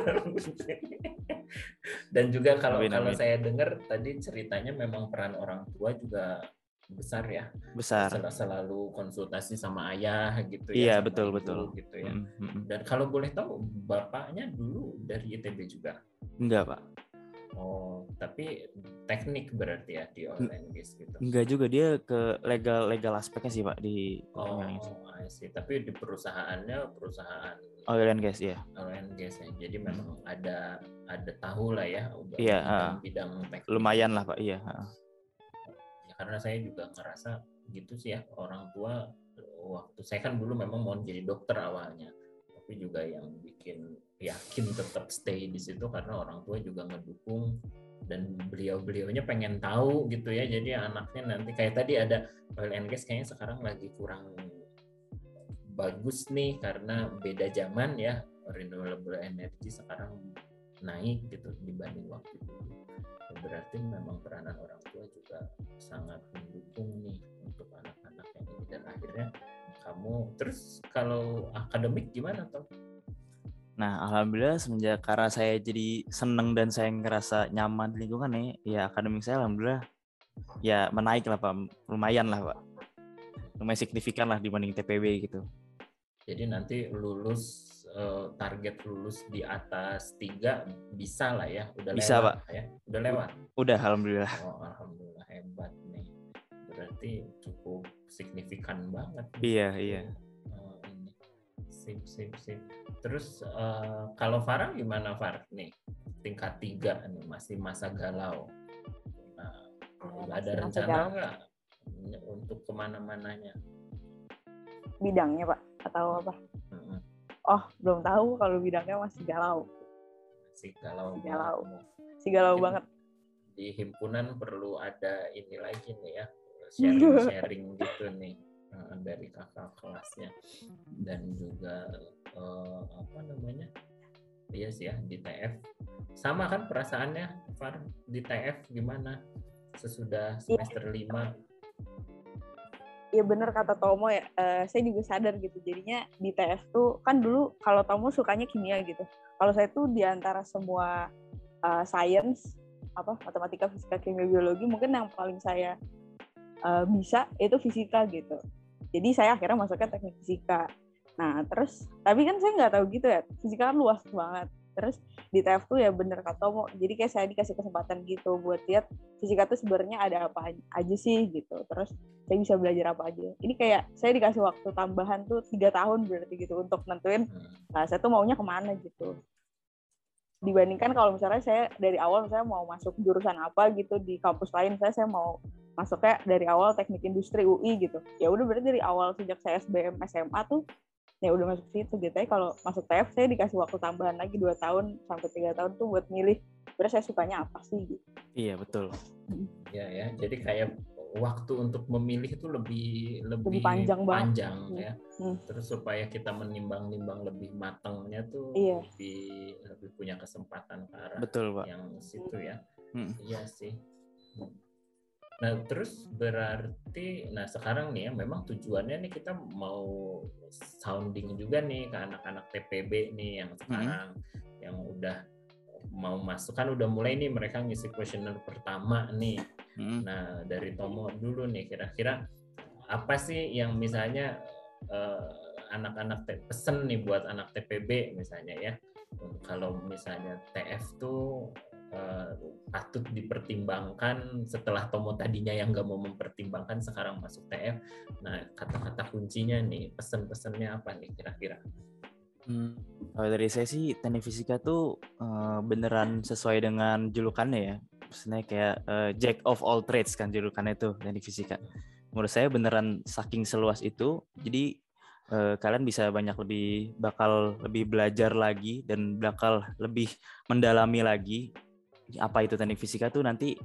Dan juga kalau Amin, kalau amin. saya dengar tadi ceritanya memang peran orang tua juga besar ya. Besar. Sel- selalu konsultasi sama ayah gitu Iya, ya, sama betul, ibu betul. gitu ya. Mm, mm, mm. Dan kalau boleh tahu bapaknya dulu dari I T B juga? Enggak Pak. Oh, tapi teknik berarti ya di oil and gas gitu. Enggak juga, dia ke legal legal aspeknya sih Pak di Oh, yang itu. I see. Tapi di perusahaannya perusahaan Oil and gas ya. oil and gas ya. Jadi memang ada ada tahu lah ya udah Iya, bidang-bidang teknik. Lumayan lah Pak, iya. Ya, karena saya juga ngerasa gitu sih ya, orang tua waktu saya kan dulu memang mau jadi dokter awalnya, tapi juga yang bikin yakin tetap stay di situ karena orang tua juga ngedukung dan beliau-beliaunya pengen tahu gitu ya. Jadi anaknya nanti kayak tadi ada oil and gas kayaknya sekarang lagi kurang bagus nih karena beda zaman ya, renewable energy sekarang naik gitu dibanding waktu dulu. Berarti memang peranan orang tua juga sangat mendukung nih untuk anak-anak yang ini, dan akhirnya kamu terus kalau akademik gimana toh? Nah, alhamdulillah semenjak karena saya jadi seneng dan saya ngerasa nyaman di lingkungan nih, ya akademik saya alhamdulillah ya menaik lah Pak, lumayan lah Pak, lumayan signifikan lah dibanding T P B gitu. Jadi nanti lulus eh, target lulus di atas tiga bisa lah ya, udah Bisa, lewat Pak. ya, udah lewat. Udah alhamdulillah. Oh, alhamdulillah, hebat nih. Berarti cukup signifikan banget. Iya, iya. Oh, ini. Sip, sip, sip. Terus uh, kalau Farah gimana Far? Nih tingkat tiga nih masih masa galau. Nah, Oh, ada masih masa rencana galau. nggak untuk kemana-mananya? Bidangnya Pak atau apa? Mm-mm. Oh, belum tahu kalau bidangnya masih galau. Masih galau. Masih galau. banget. Masih galau Mungkin banget. di himpunan perlu ada ini lagi nih ya, sharing-sharing gitu nih uh, dari kakak kelasnya, dan juga uh, apa namanya, iya sih ya di T F sama kan perasaannya Far, di T F gimana sesudah semester lima? Iya bener kata Tomo ya, uh, saya juga sadar gitu. Jadinya di T F tuh kan dulu kalau Tomo sukanya kimia gitu. Kalau saya tuh di antara semua uh, science, apa matematika, fisika, kimia, biologi, mungkin yang paling saya uh, bisa itu fisika gitu. Jadi saya akhirnya masuknya teknik fisika. Nah terus, tapi kan saya nggak tahu gitu ya, fisika kan luas banget. Terus di T F tuh ya bener kata Tomo, jadi kayak saya dikasih kesempatan gitu buat lihat fisika tuh sebenarnya ada apa aja sih gitu. Terus saya bisa belajar apa aja. Ini kayak saya dikasih waktu tambahan tuh tiga tahun berarti gitu untuk nentuin nah, saya tuh maunya kemana gitu. Dibandingkan kalau misalnya saya dari awal saya mau masuk jurusan apa gitu di kampus lain, saya saya mau masuknya dari awal teknik industri U I gitu. Ya udah berarti dari awal sejak saya S B M S M A tuh ya udah masuk situ gitu. Tapi kalau masuk T F saya dikasih waktu tambahan lagi dua tahun sampai tiga tahun tuh buat milih sebenarnya saya sukanya apa sih gitu. Iya betul. Ya ya, jadi kayak waktu untuk memilih itu lebih lebih, Lebih panjang banget. panjang Hmm. ya. Hmm. Terus supaya kita menimbang-nimbang lebih matangnya tuh Iya. lebih lebih punya kesempatan ke arah Betul Pak. yang situ ya. Hmm. Iya sih. Nah terus berarti, nah sekarang nih ya memang tujuannya nih kita mau sounding juga nih ke anak-anak T P B nih yang sekarang mm-hmm. yang udah mau masuk, kan udah mulai nih mereka ngisi kuesioner pertama nih. Mm-hmm. Nah dari Tomo dulu nih, kira-kira apa sih yang misalnya eh, anak-anak te- pesen nih buat anak T P B misalnya ya, kalau misalnya T F tuh Uh, patut dipertimbangkan setelah Tomo tadinya yang nggak mau mempertimbangkan sekarang masuk T F. Nah kata-kata kuncinya nih, pesan-pesannya apa nih kira-kira? Hmm, kalau dari saya sih teknik fisika tuh uh, beneran sesuai dengan julukannya ya. Maksudnya kayak uh, Jack of all trades kan julukannya itu teknik fisika. Menurut saya beneran saking seluas itu, jadi uh, kalian bisa banyak lebih bakal lebih belajar lagi dan bakal lebih mendalami lagi apa itu teknik fisika tuh nanti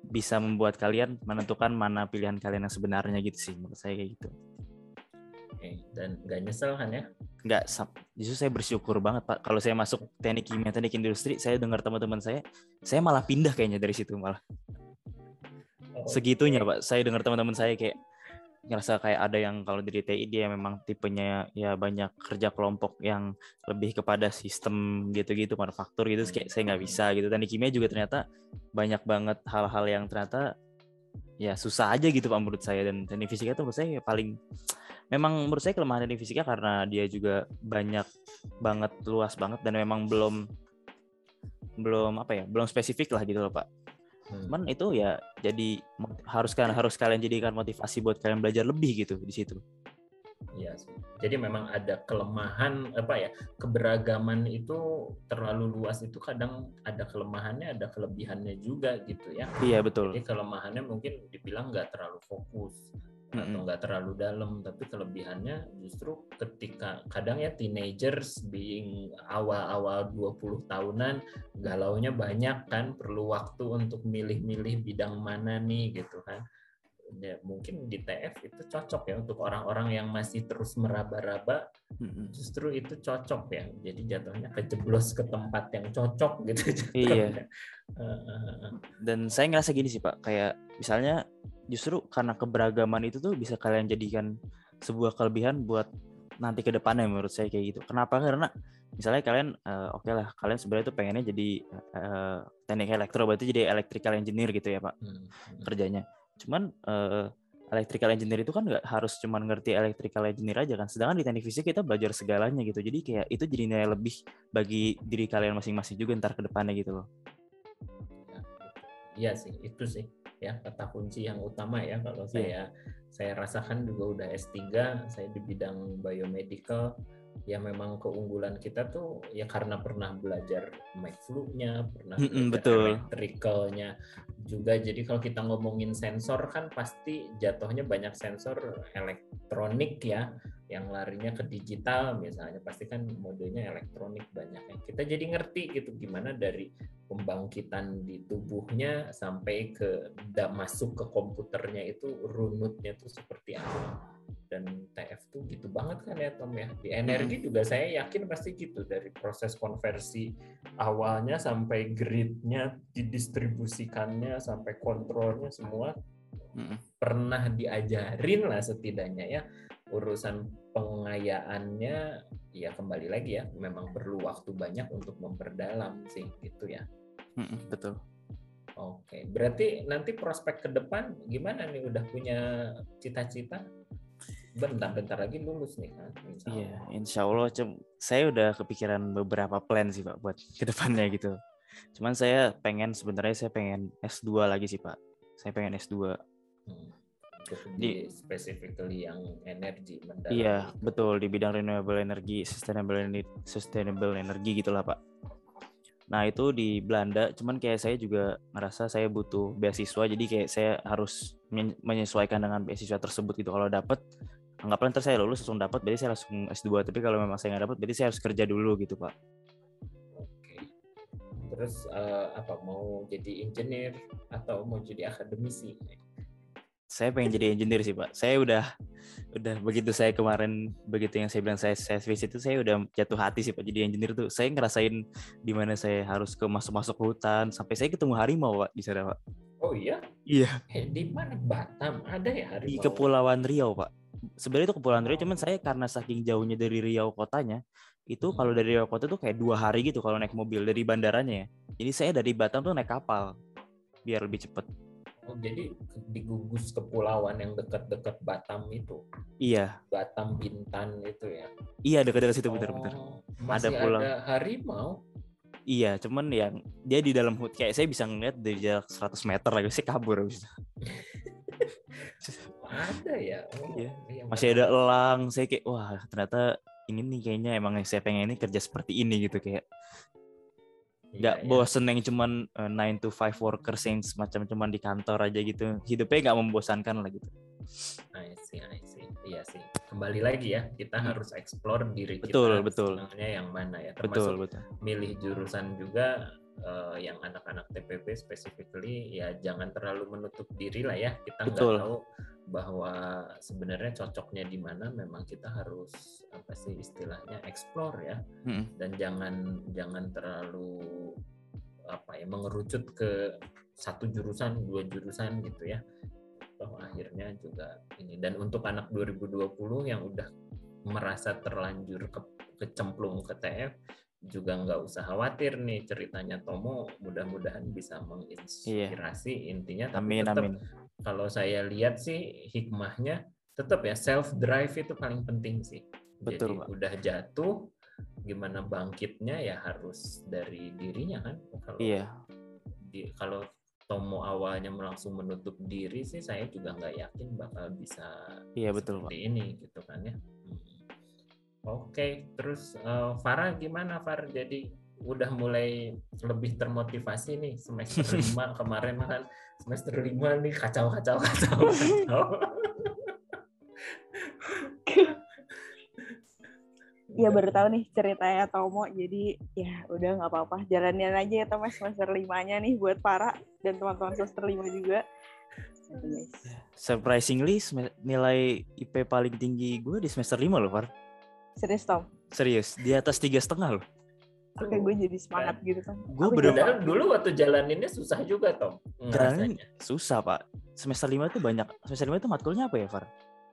bisa membuat kalian menentukan mana pilihan kalian yang sebenarnya gitu sih menurut saya kayak gitu. Oke, dan nggak nyesel kan ya? Nggak, justru saya bersyukur banget Pak. Kalau saya masuk teknik kimia, teknik industri, saya dengar teman-teman saya, saya malah pindah kayaknya dari situ malah. Oh, segitunya okay. Pak, saya dengar teman-teman saya kayak ngerasa kayak ada yang kalau dari T I dia memang tipenya ya banyak kerja kelompok yang lebih kepada sistem gitu-gitu, manufaktur gitu, kayak saya nggak bisa gitu. Teknik kimia juga ternyata banyak banget hal-hal yang ternyata ya susah aja gitu Pak menurut saya. Dan teknik fisika itu menurut saya paling memang menurut saya kelemahan teknik fisika karena dia juga banyak banget, luas banget, dan memang belum belum apa ya, belum spesifik lah gitu loh Pak. Hmm. Cuman itu ya jadi harus kan harus kalian jadikan motivasi buat kalian belajar lebih gitu di situ. Iya sih. Jadi memang ada kelemahan apa ya, keberagaman itu terlalu luas itu kadang ada kelemahannya, ada kelebihannya juga gitu ya. Iya betul. Jadi kelemahannya mungkin dibilang nggak terlalu fokus atau mm-hmm. nggak terlalu dalam, tapi kelebihannya justru ketika kadang ya teenagers being awal-awal dua puluh tahunan galaunya banyak kan, perlu waktu untuk milih-milih bidang mana nih gitu kan. Ya, mungkin di T F itu cocok ya untuk orang-orang yang masih terus meraba-raba, mm-hmm. justru itu cocok ya. Jadi jatuhnya kejeblos ke tempat yang cocok gitu. Iya. Dan saya ngerasa gini sih Pak, kayak misalnya justru karena keberagaman itu tuh bisa kalian jadikan sebuah kelebihan buat nanti ke depannya menurut saya kayak gitu. Kenapa? Karena misalnya kalian uh, oke okay lah, kalian sebenarnya tuh pengennya jadi uh, teknik elektro, berarti jadi electrical engineer gitu ya Pak, hmm. kerjanya. Cuman uh, electrical engineer itu kan nggak harus cuman ngerti electrical engineer aja kan. Sedangkan di teknik fisika kita belajar segalanya gitu. Jadi kayak itu jadi nilai lebih bagi diri kalian masing-masing juga ntar ke depannya gitu loh. Iya sih, itu sih ya kata kunci yang utama ya kalau saya yeah. saya rasakan juga udah S tiga, saya di bidang biomedical. Ya memang keunggulan kita tuh ya karena pernah belajar McFlu-nya, pernah mm-hmm, belajar betul. electrical-nya juga. Jadi kalau kita ngomongin sensor kan pasti jatuhnya banyak sensor elektronik ya, yang larinya ke digital misalnya, pasti kan modenya elektronik banyaknya. Kita jadi ngerti gitu gimana dari pembangkitan di tubuhnya sampai ke masuk ke komputernya itu runutnya tuh seperti apa. Dan T F tuh gitu banget kan ya Tom ya. Di energi hmm. juga saya yakin pasti gitu, dari proses konversi awalnya sampai gridnya, didistribusikannya sampai kontrolnya semua hmm. pernah diajarin lah setidaknya ya. Urusan pengayaannya ya kembali lagi ya, memang perlu waktu banyak untuk memperdalam sih gitu ya. Hmm, betul. Oke, berarti nanti prospek ke depan gimana nih, udah punya cita-cita? Bentar-bentar lagi lulus nih kan? Insya iya, insya Allah. Cum, saya udah kepikiran beberapa plan sih Pak buat kedepannya gitu. Cuman saya pengen sebenarnya saya pengen S dua lagi sih Pak. Saya pengen S dua. Hmm. Di specifically yang energi mendalam. Iya itu. Betul, di bidang renewable energy, sustainable energy, sustainable energy gitulah Pak. Nah itu di Belanda. Cuman kayak saya juga ngerasa saya butuh beasiswa. Jadi kayak saya harus menyesuaikan dengan beasiswa tersebut gitu. Kalau dapat, anggaplah ntar saya lulus langsung dapat, berarti saya langsung S dua. Tapi kalau memang saya nggak dapat, berarti saya harus kerja dulu gitu Pak. Oke. Terus uh, apa, mau jadi engineer atau mau jadi akademisi? Saya pengen jadi engineer sih Pak. Saya udah udah begitu saya kemarin begitu yang saya bilang saya saya visit itu, saya udah jatuh hati sih Pak jadi engineer tuh. Saya ngerasain di mana saya harus ke masuk-masuk hutan, sampai saya ketemu harimau Pak di sana Pak. Oh iya? Iya. Eh, di mana? Batam ada ya harimau? Di Kepulauan Riau Pak. Sebenarnya itu Kepulauan Riau, cuman saya karena saking jauhnya dari Riau kotanya, itu kalau dari Riau kota tuh kayak dua hari gitu kalau naik mobil dari bandaranya ya. Jadi saya dari Batam tuh naik kapal biar lebih cepet. Oh, jadi di gugus kepulauan yang dekat-dekat Batam itu? Iya. Batam, Bintan itu ya? Iya, dekat-dekat situ, benar-benar. Oh, masih ada, pulau. Ada harimau? Iya, cuman yang dia di dalam hut, kayak saya bisa ngeliat dari jarak seratus meter lagi, saya kabur abis itu. Ada ya? Oh, iya. Masih ada elang, saya kayak wah ternyata ini nih kayaknya emang saya pengen ini kerja seperti ini gitu, kayak nggak iya, bosen iya. Yang cuman uh, nine to five workers yang semacam cuman di kantor aja gitu, hidupnya nggak membosankan lah gitu. I see, I see. Iya sih, kembali lagi ya, kita hmm. harus explore diri betul, kita betul. senangnya yang mana ya, betul, termasuk betul. milih jurusan juga uh, yang anak-anak T P B specifically ya jangan terlalu menutup diri lah ya. Kita nggak Betul. tahu bahwa sebenarnya cocoknya di mana, memang kita harus apa sih istilahnya explore ya. Mm-mm. Dan jangan jangan terlalu apa ya mengerucut ke satu jurusan, dua jurusan gitu ya. Toh akhirnya juga ini. Dan untuk anak dua ribu dua puluh yang udah merasa terlanjur ke, kecemplung ke T F juga nggak usah khawatir nih, ceritanya Tomo mudah-mudahan bisa menginspirasi. Iya. Intinya tapi amin, tetap amin. Kalau saya lihat sih hikmahnya tetap ya self drive itu paling penting sih. Betul, Jadi Pak. udah jatuh gimana bangkitnya ya harus dari dirinya kan. Kalau iya. di, kalau Tomo awalnya langsung menutup diri sih saya juga nggak yakin bakal bisa iya, betul, seperti Pak. ini gitu kan ya. Hmm. Oke, terus uh, Farah gimana Far? Jadi udah mulai lebih termotivasi nih semester lima kemarin kan semester lima nih kacau kacau kacau kacau. Ya baru tahu nih ceritanya Tomo, jadi ya udah nggak apa-apa, jalanin aja ya Tomo semester limanya nih buat Farah dan teman-teman semester lima juga. Yes. Surprisingly nilai I P paling tinggi gue di semester lima loh, Far. Serius Tom? Serius, di atas tiga setengah loh. Oke, gue jadi semangat gitu kan. Gue bener-bener dulu waktu jalaninnya susah juga Tom. Jalanin susah Pak. Semester lima itu banyak. Semester lima itu matkulnya apa ya, Far?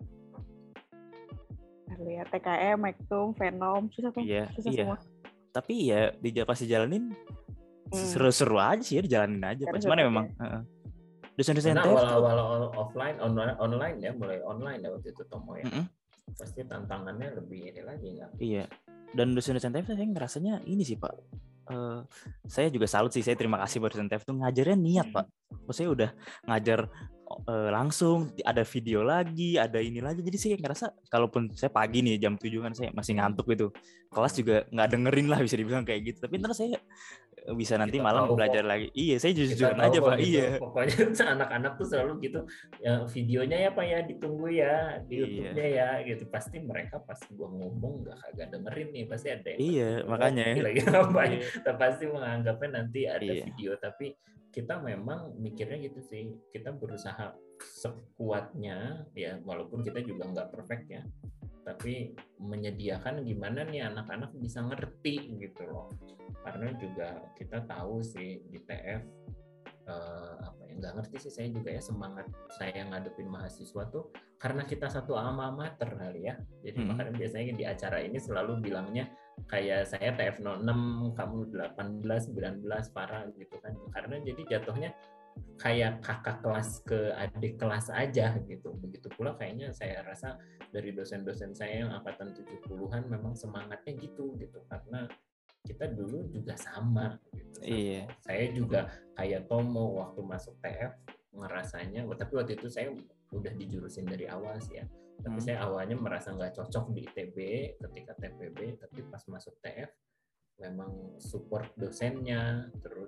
Lihat T K M, Mektum, Venom, susah Tom. Iya, susah iya. semua. Tapi ya di pas dijalanin Hmm. seru-seru aja sih ya, dijalanin aja. Pak. Cuman ya memang uh, dosen-dosen Karena T F awal-awal offline, online, online ya, mulai online ya waktu itu Tomo ya. Mm-mm. Pasti tantangannya lebih ini lagi nggak? Iya. Dan dosen-dosen T F saya ngerasanya ini sih Pak. Uh, saya juga salut sih, saya terima kasih buat dosen T F tuh ngajarnya niat Pak. Maksudnya udah ngajar uh, langsung, ada video lagi, ada ini lagi. Jadi saya ngerasa kalaupun saya pagi nih jam tujuh kan saya masih ngantuk gitu. Kelas juga nggak dengerin lah bisa dibilang kayak gitu. Tapi ntar saya bisa nanti kita malam belajar kok. Lagi. Iya, saya jujur aja Pak. Gitu. Iya. Pokoknya anak-anak tuh selalu gitu. Ya, videonya ya Pak ya ditunggu ya di YouTube-nya iya. ya gitu. Pasti mereka pas gua ngomong nggak kagak dengerin nih, pasti ada yang iya makanya lagi ngapain. Iya. Pasti menganggapnya nanti ada iya. video, tapi kita memang mikirnya gitu sih. Kita berusaha sekuatnya ya, walaupun kita juga nggak perfect ya. Tapi menyediakan gimana nih anak-anak bisa ngerti gitu loh. Karena juga kita tahu sih di T F eh, apa yang nggak ngerti sih saya juga ya, semangat saya ngadepin mahasiswa tuh karena kita satu alma mater kali ya. Jadi hmm. makanya biasanya di acara ini selalu bilangnya kayak saya T F nol enam, kamu delapan belas, sembilan belas, Farah gitu kan. Karena jadi jatuhnya kayak kakak kelas ke adik kelas aja gitu. Begitu pula kayaknya saya rasa dari dosen-dosen saya yang angkatan tujuh puluhan memang semangatnya gitu gitu karena kita dulu juga sama gitu. Iya. Saya juga kayak Tomo waktu masuk T F ngerasanya, tapi waktu itu saya udah dijurusin dari awal sih ya. Tapi hmm. saya awalnya merasa nggak cocok di I T B ketika T P B, tapi pas masuk T F memang support dosennya, terus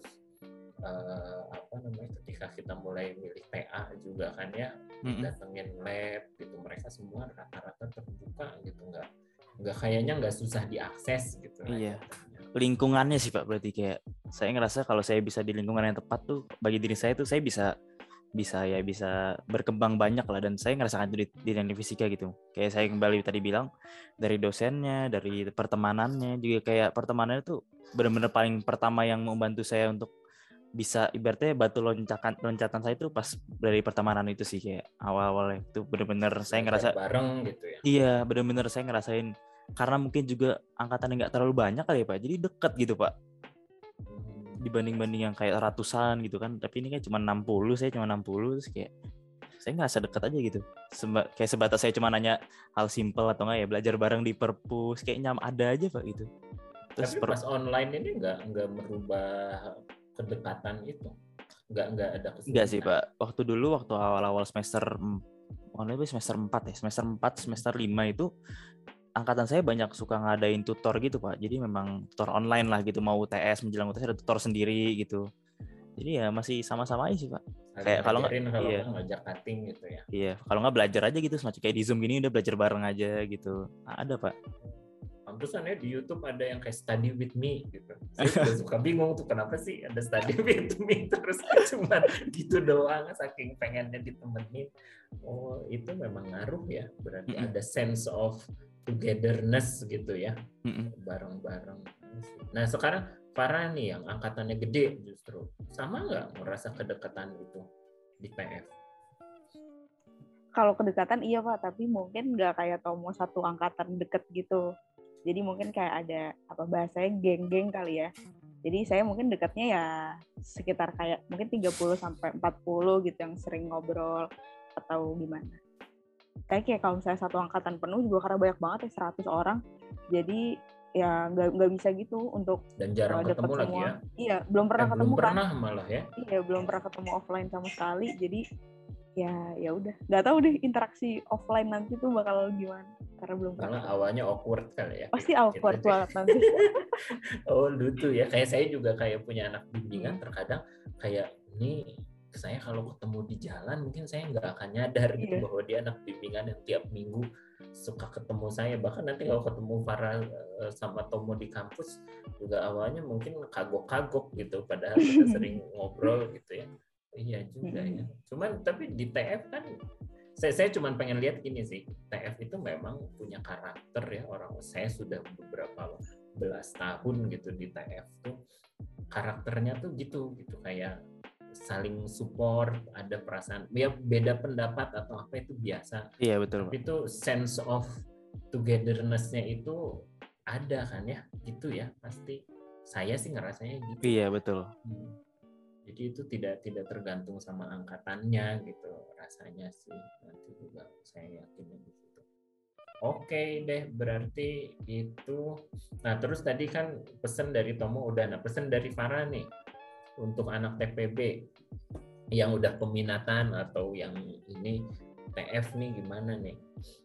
Uh, apa namanya ketika kita mulai milih T A juga kan ya, mm-hmm. datengin lab gitu, mereka semua rata-rata terbuka gitu, nggak nggak kayaknya nggak susah diakses gitu. Iya. Lingkungannya sih Pak, berarti kayak saya ngerasa kalau saya bisa di lingkungan yang tepat tuh bagi diri saya tuh saya bisa bisa ya bisa berkembang banyak lah, dan saya ngerasakan itu di, di teknik fisika gitu. Kayak saya kembali tadi bilang dari dosennya, dari pertemanannya juga, kayak pertemanannya tuh benar-benar paling pertama yang membantu saya untuk bisa ibaratnya batu loncatan loncatan saya itu pas dari pertemanan itu sih, kayak awal-awalnya itu benar-benar saya ngerasa bareng gitu ya. Iya, benar-benar saya ngerasain karena mungkin juga angkatan yang nggak terlalu banyak kali ya Pak, jadi deket gitu Pak. Dibanding-banding yang kayak ratusan gitu kan, tapi ini kan cuma enam puluh, saya cuma enam puluh, terus kayak saya ngerasa deket aja gitu. Seba- kayak sebatas saya cuma nanya hal simpel atau enggak ya belajar bareng di perpus, kayak nyam ada aja Pak gitu. Terus tapi per- pas online ini nggak nggak merubah kedekatan itu, nggak nggak ada kesulitan. Nggak sih Pak, waktu dulu waktu awal-awal semester online semester empat ya semester empat semester lima itu angkatan saya banyak suka ngadain tutor gitu Pak, jadi memang tutor online lah gitu, mau U T S menjelang U T S ada tutor sendiri gitu, jadi ya masih sama-sama aja sih Pak. Kayak kalau nggak iya. ngajak cutting gitu ya, iya kalau nggak belajar aja gitu, semacam kayak di Zoom gini udah belajar bareng aja gitu, nah, ada Pak. pantesan ya di YouTube ada yang kayak study with me gitu. Saya juga suka bingung tuh kenapa sih ada study with me terus cuma gitu doang saking pengennya ditemenin. Oh itu memang ngaruh ya, berarti Mm-mm. ada sense of togetherness gitu ya, Mm-mm. bareng-bareng. Nah sekarang Farah nih yang angkatannya gede justru, sama nggak merasa kedekatan itu di T F? Kalau kedekatan iya Pak, tapi mungkin nggak kayak Tomo satu angkatan deket gitu. Jadi mungkin kayak ada apa bahasanya geng-geng kali ya. Jadi saya mungkin dekatnya ya sekitar kayak mungkin tiga puluh sampai empat puluh gitu yang sering ngobrol atau gimana. Kayak kayak kalau misalnya satu angkatan penuh juga karena banyak banget ya seratus orang. Jadi ya nggak nggak bisa gitu untuk Dan jarang uh, deket ketemu lagi semua. ya? Iya, belum pernah Eh, ketemu belum kan. pernah malah ya? Iya, belum pernah ketemu offline sama sekali. Jadi ya ya udah nggak tahu deh interaksi offline nanti tuh bakal gimana karena belum pernah. Malah awalnya awkward kali ya. Pasti awkward Gitu. banget nanti. Oh lucu ya, kayak saya juga kayak punya anak bimbingan Hmm. terkadang kayak ini saya kalau ketemu di jalan mungkin saya nggak akan nyadar gitu Iya. bahwa dia anak bimbingan yang tiap minggu suka ketemu saya. Bahkan nanti kalau ketemu Farah eh, sama Tomo di kampus juga awalnya mungkin kagok-kagok gitu padahal kita sering ngobrol gitu ya. Iya juga ya. Cuman tapi di T F kan saya saya cuma pengen lihat gini sih, T F itu memang punya karakter ya, orang saya sudah beberapa belas tahun gitu di T F tuh karakternya tuh gitu gitu kayak saling support, ada perasaan ya beda pendapat atau apa itu biasa. Iya betul. Tapi itu sense of togetherness-nya itu ada kan ya, gitu ya pasti. Saya sih ngerasanya gitu. Iya betul. Hmm. Jadi itu tidak tidak tergantung sama angkatannya gitu rasanya sih, nanti juga saya yakin di situ. Oke deh, berarti itu. Nah terus tadi kan pesan dari Tomo udah, nah pesan dari Farah nih untuk anak T P B yang udah peminatan atau yang ini T F nih gimana nih?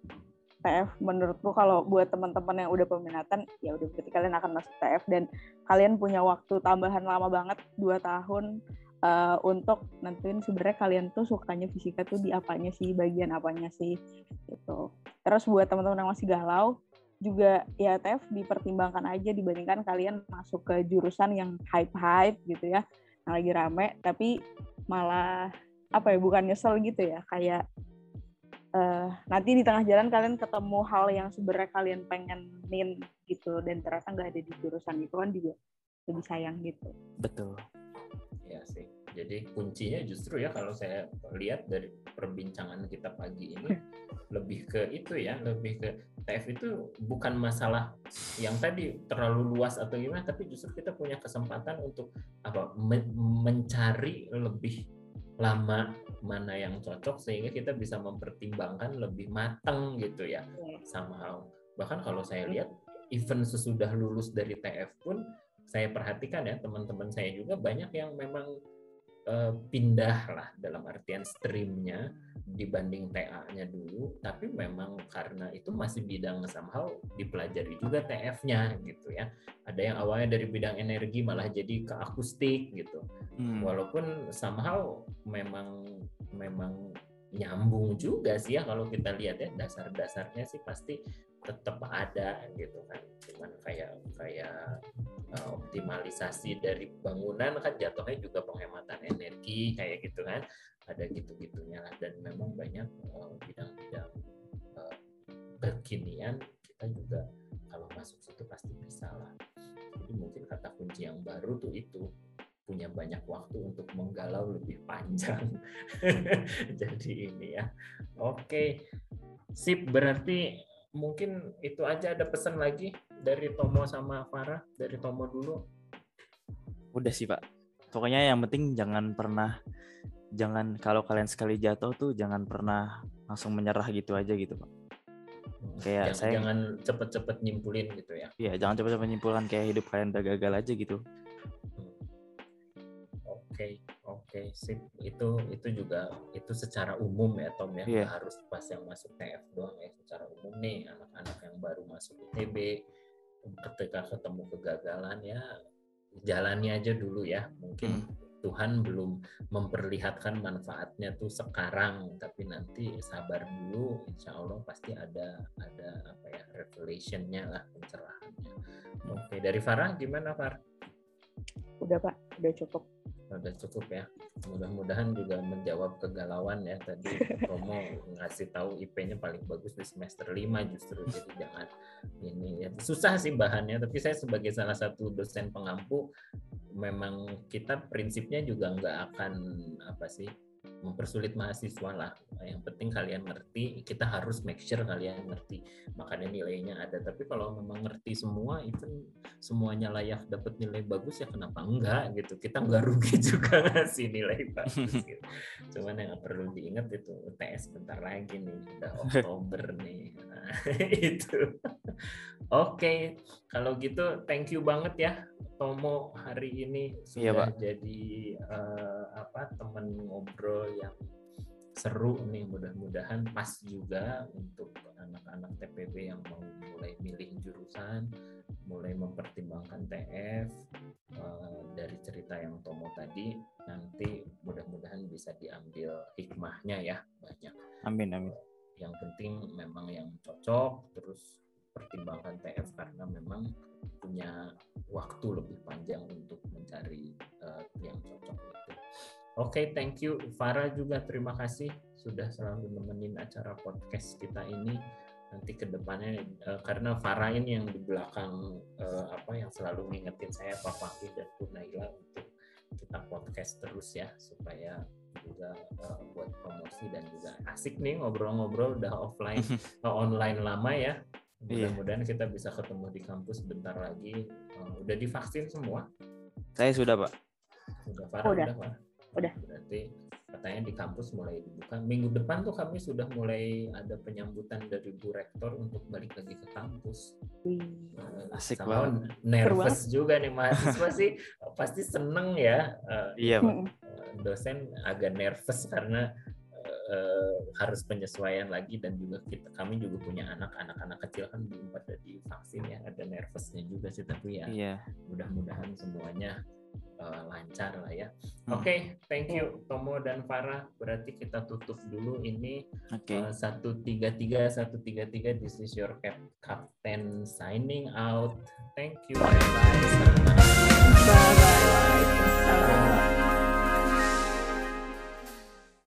T F menurutku kalau buat teman-teman yang udah peminatan ya udah berarti kalian akan masuk T F dan kalian punya waktu tambahan lama banget dua tahun uh, untuk nentuin sebenarnya kalian tuh sukanya fisika tuh di apanya sih, bagian apanya sih gitu. Terus buat teman-teman yang masih galau juga ya T F dipertimbangkan aja dibandingkan kalian masuk ke jurusan yang hype-hype gitu ya, yang lagi rame tapi malah apa ya bukan nyesel gitu ya kayak Uh, nanti di tengah jalan kalian ketemu hal yang sebenarnya kalian pengenin gitu dan ternyata nggak ada di jurusan itu kan juga lebih sayang gitu. Betul. Ya sih. Jadi kuncinya justru ya kalau saya lihat dari perbincangan kita pagi ini lebih ke itu ya, lebih ke T F itu bukan masalah yang tadi terlalu luas atau gimana, tapi justru kita punya kesempatan untuk apa men- mencari lebih lama mana yang cocok sehingga kita bisa mempertimbangkan lebih matang gitu ya somehow. Bahkan kalau saya lihat even sesudah lulus dari T F pun saya perhatikan ya teman-teman saya juga banyak yang memang uh, pindah lah dalam artian streamnya dibanding T A-nya dulu, tapi memang karena itu masih bidang somehow dipelajari juga T F-nya gitu ya. Ada yang awalnya dari bidang energi malah jadi ke akustik gitu. Hmm. Walaupun somehow memang memang nyambung juga sih ya kalau kita lihat ya dasar-dasarnya sih pasti tetap ada gitu kan. Cuman kayak kayak uh, optimalisasi dari bangunan kan jatuhnya juga penghematan energi kayak gitu kan. Ada gitu-gitunya lah dan memang banyak uh, bidang-bidang uh, kekinian kita juga kalau masuk situ pasti bisa lah. Jadi mungkin kata kunci yang baru tuh itu punya banyak waktu untuk menggalau lebih panjang. Jadi ini ya. Oke. Sip, berarti mungkin itu aja. Ada pesan lagi dari Tomo sama Farah? Dari Tomo dulu. Udah sih, Pak. Pokoknya yang penting jangan pernah jangan kalau kalian sekali jatuh tuh jangan pernah langsung menyerah gitu aja gitu, Pak. Kayak jangan, saya jangan cepet-cepet nyimpulin gitu ya. Iya, jangan cepet-cepet nyimpulkan kayak hidup kalian udah gagal aja gitu. Oke, oke, sip. Itu itu juga itu secara umum ya Tom ya, yeah. Harus pas yang masuk T F doang ya, secara umum nih anak-anak yang baru masuk I T B ketika ketemu kegagalan ya jalani aja dulu ya, mungkin hmm. Tuhan belum memperlihatkan manfaatnya tuh sekarang, tapi nanti sabar dulu, insya Allah pasti ada ada apa ya revelation-nya lah, pencerahannya. Oke, dari Farah gimana Far? Udah Pak, udah cukup. Udah cukup ya. Mudah-mudahan juga menjawab kegalauan ya tadi Romo ngasih tahu I P-nya paling bagus di semester lima justru, jadi jangan ini ya. Susah sih bahannya, tapi saya sebagai salah satu dosen pengampu memang kita prinsipnya juga nggak akan apa sih mempersulit mahasiswa lah. Yang penting kalian ngerti, kita harus make sure kalian ngerti, makanya nilainya ada. Tapi kalau memang ngerti semua, itu semuanya layak dapat nilai bagus, ya kenapa enggak gitu. Kita nggak rugi juga ngasih nilai bagus gitu. Cuman yang perlu diingat itu U T S bentar lagi nih, udah Oktober nih. Nah, itu. Oke, okay. Kalau gitu thank you banget ya Tomo hari ini sudah iya, jadi uh, apa teman ngobrol yang seru nih, mudah-mudahan pas juga untuk anak-anak T P B yang mau mulai milih jurusan, mulai mempertimbangkan T F. Uh, dari cerita yang Tomo tadi, nanti mudah-mudahan bisa diambil hikmahnya ya, banyak. Amin, amin. Yang penting memang yang cocok, terus pertimbangkan T F karena memang punya waktu lebih panjang untuk mencari uh, yang cocok itu. Oke, okay, thank you Farah juga, terima kasih sudah selalu nemenin acara podcast kita ini. Nanti ke depannya uh, karena Farah ini yang di belakang uh, apa yang selalu ngingetin saya, Pak Fakih dan Bu Naila untuk kita podcast terus ya, supaya juga uh, buat promosi dan juga asik nih ngobrol-ngobrol udah offline uh, online lama ya. Mudah-mudahan kita bisa ketemu di kampus bentar lagi. Uh, udah divaksin semua? Saya sudah, Pak. Sudah, Farah, oh, udah. udah, Pak? Udah. Berarti katanya di kampus mulai dibuka. Minggu depan tuh kami sudah mulai ada penyambutan dari Bu Rektor untuk balik lagi ke kampus. Uh, Asik banget. Nervous juga nih mahasiswa sih. Pasti seneng ya. Uh, iya, Pak. Dosen agak nervous karena Uh, harus penyesuaian lagi, dan juga kita kami juga punya anak anak-anak kecil kan belum pada divaksin ya, ada nervousnya juga sih, tapi ya iya. Mudah-mudahan semuanya uh, lancar lah ya. Hmm. Oke, okay, thank you Tomo dan Farah. Berarti kita tutup dulu ini. Okay. uh, satu tiga tiga satu tiga tiga. This is your cap captain signing out. Thank you. Bye bye. Bye bye.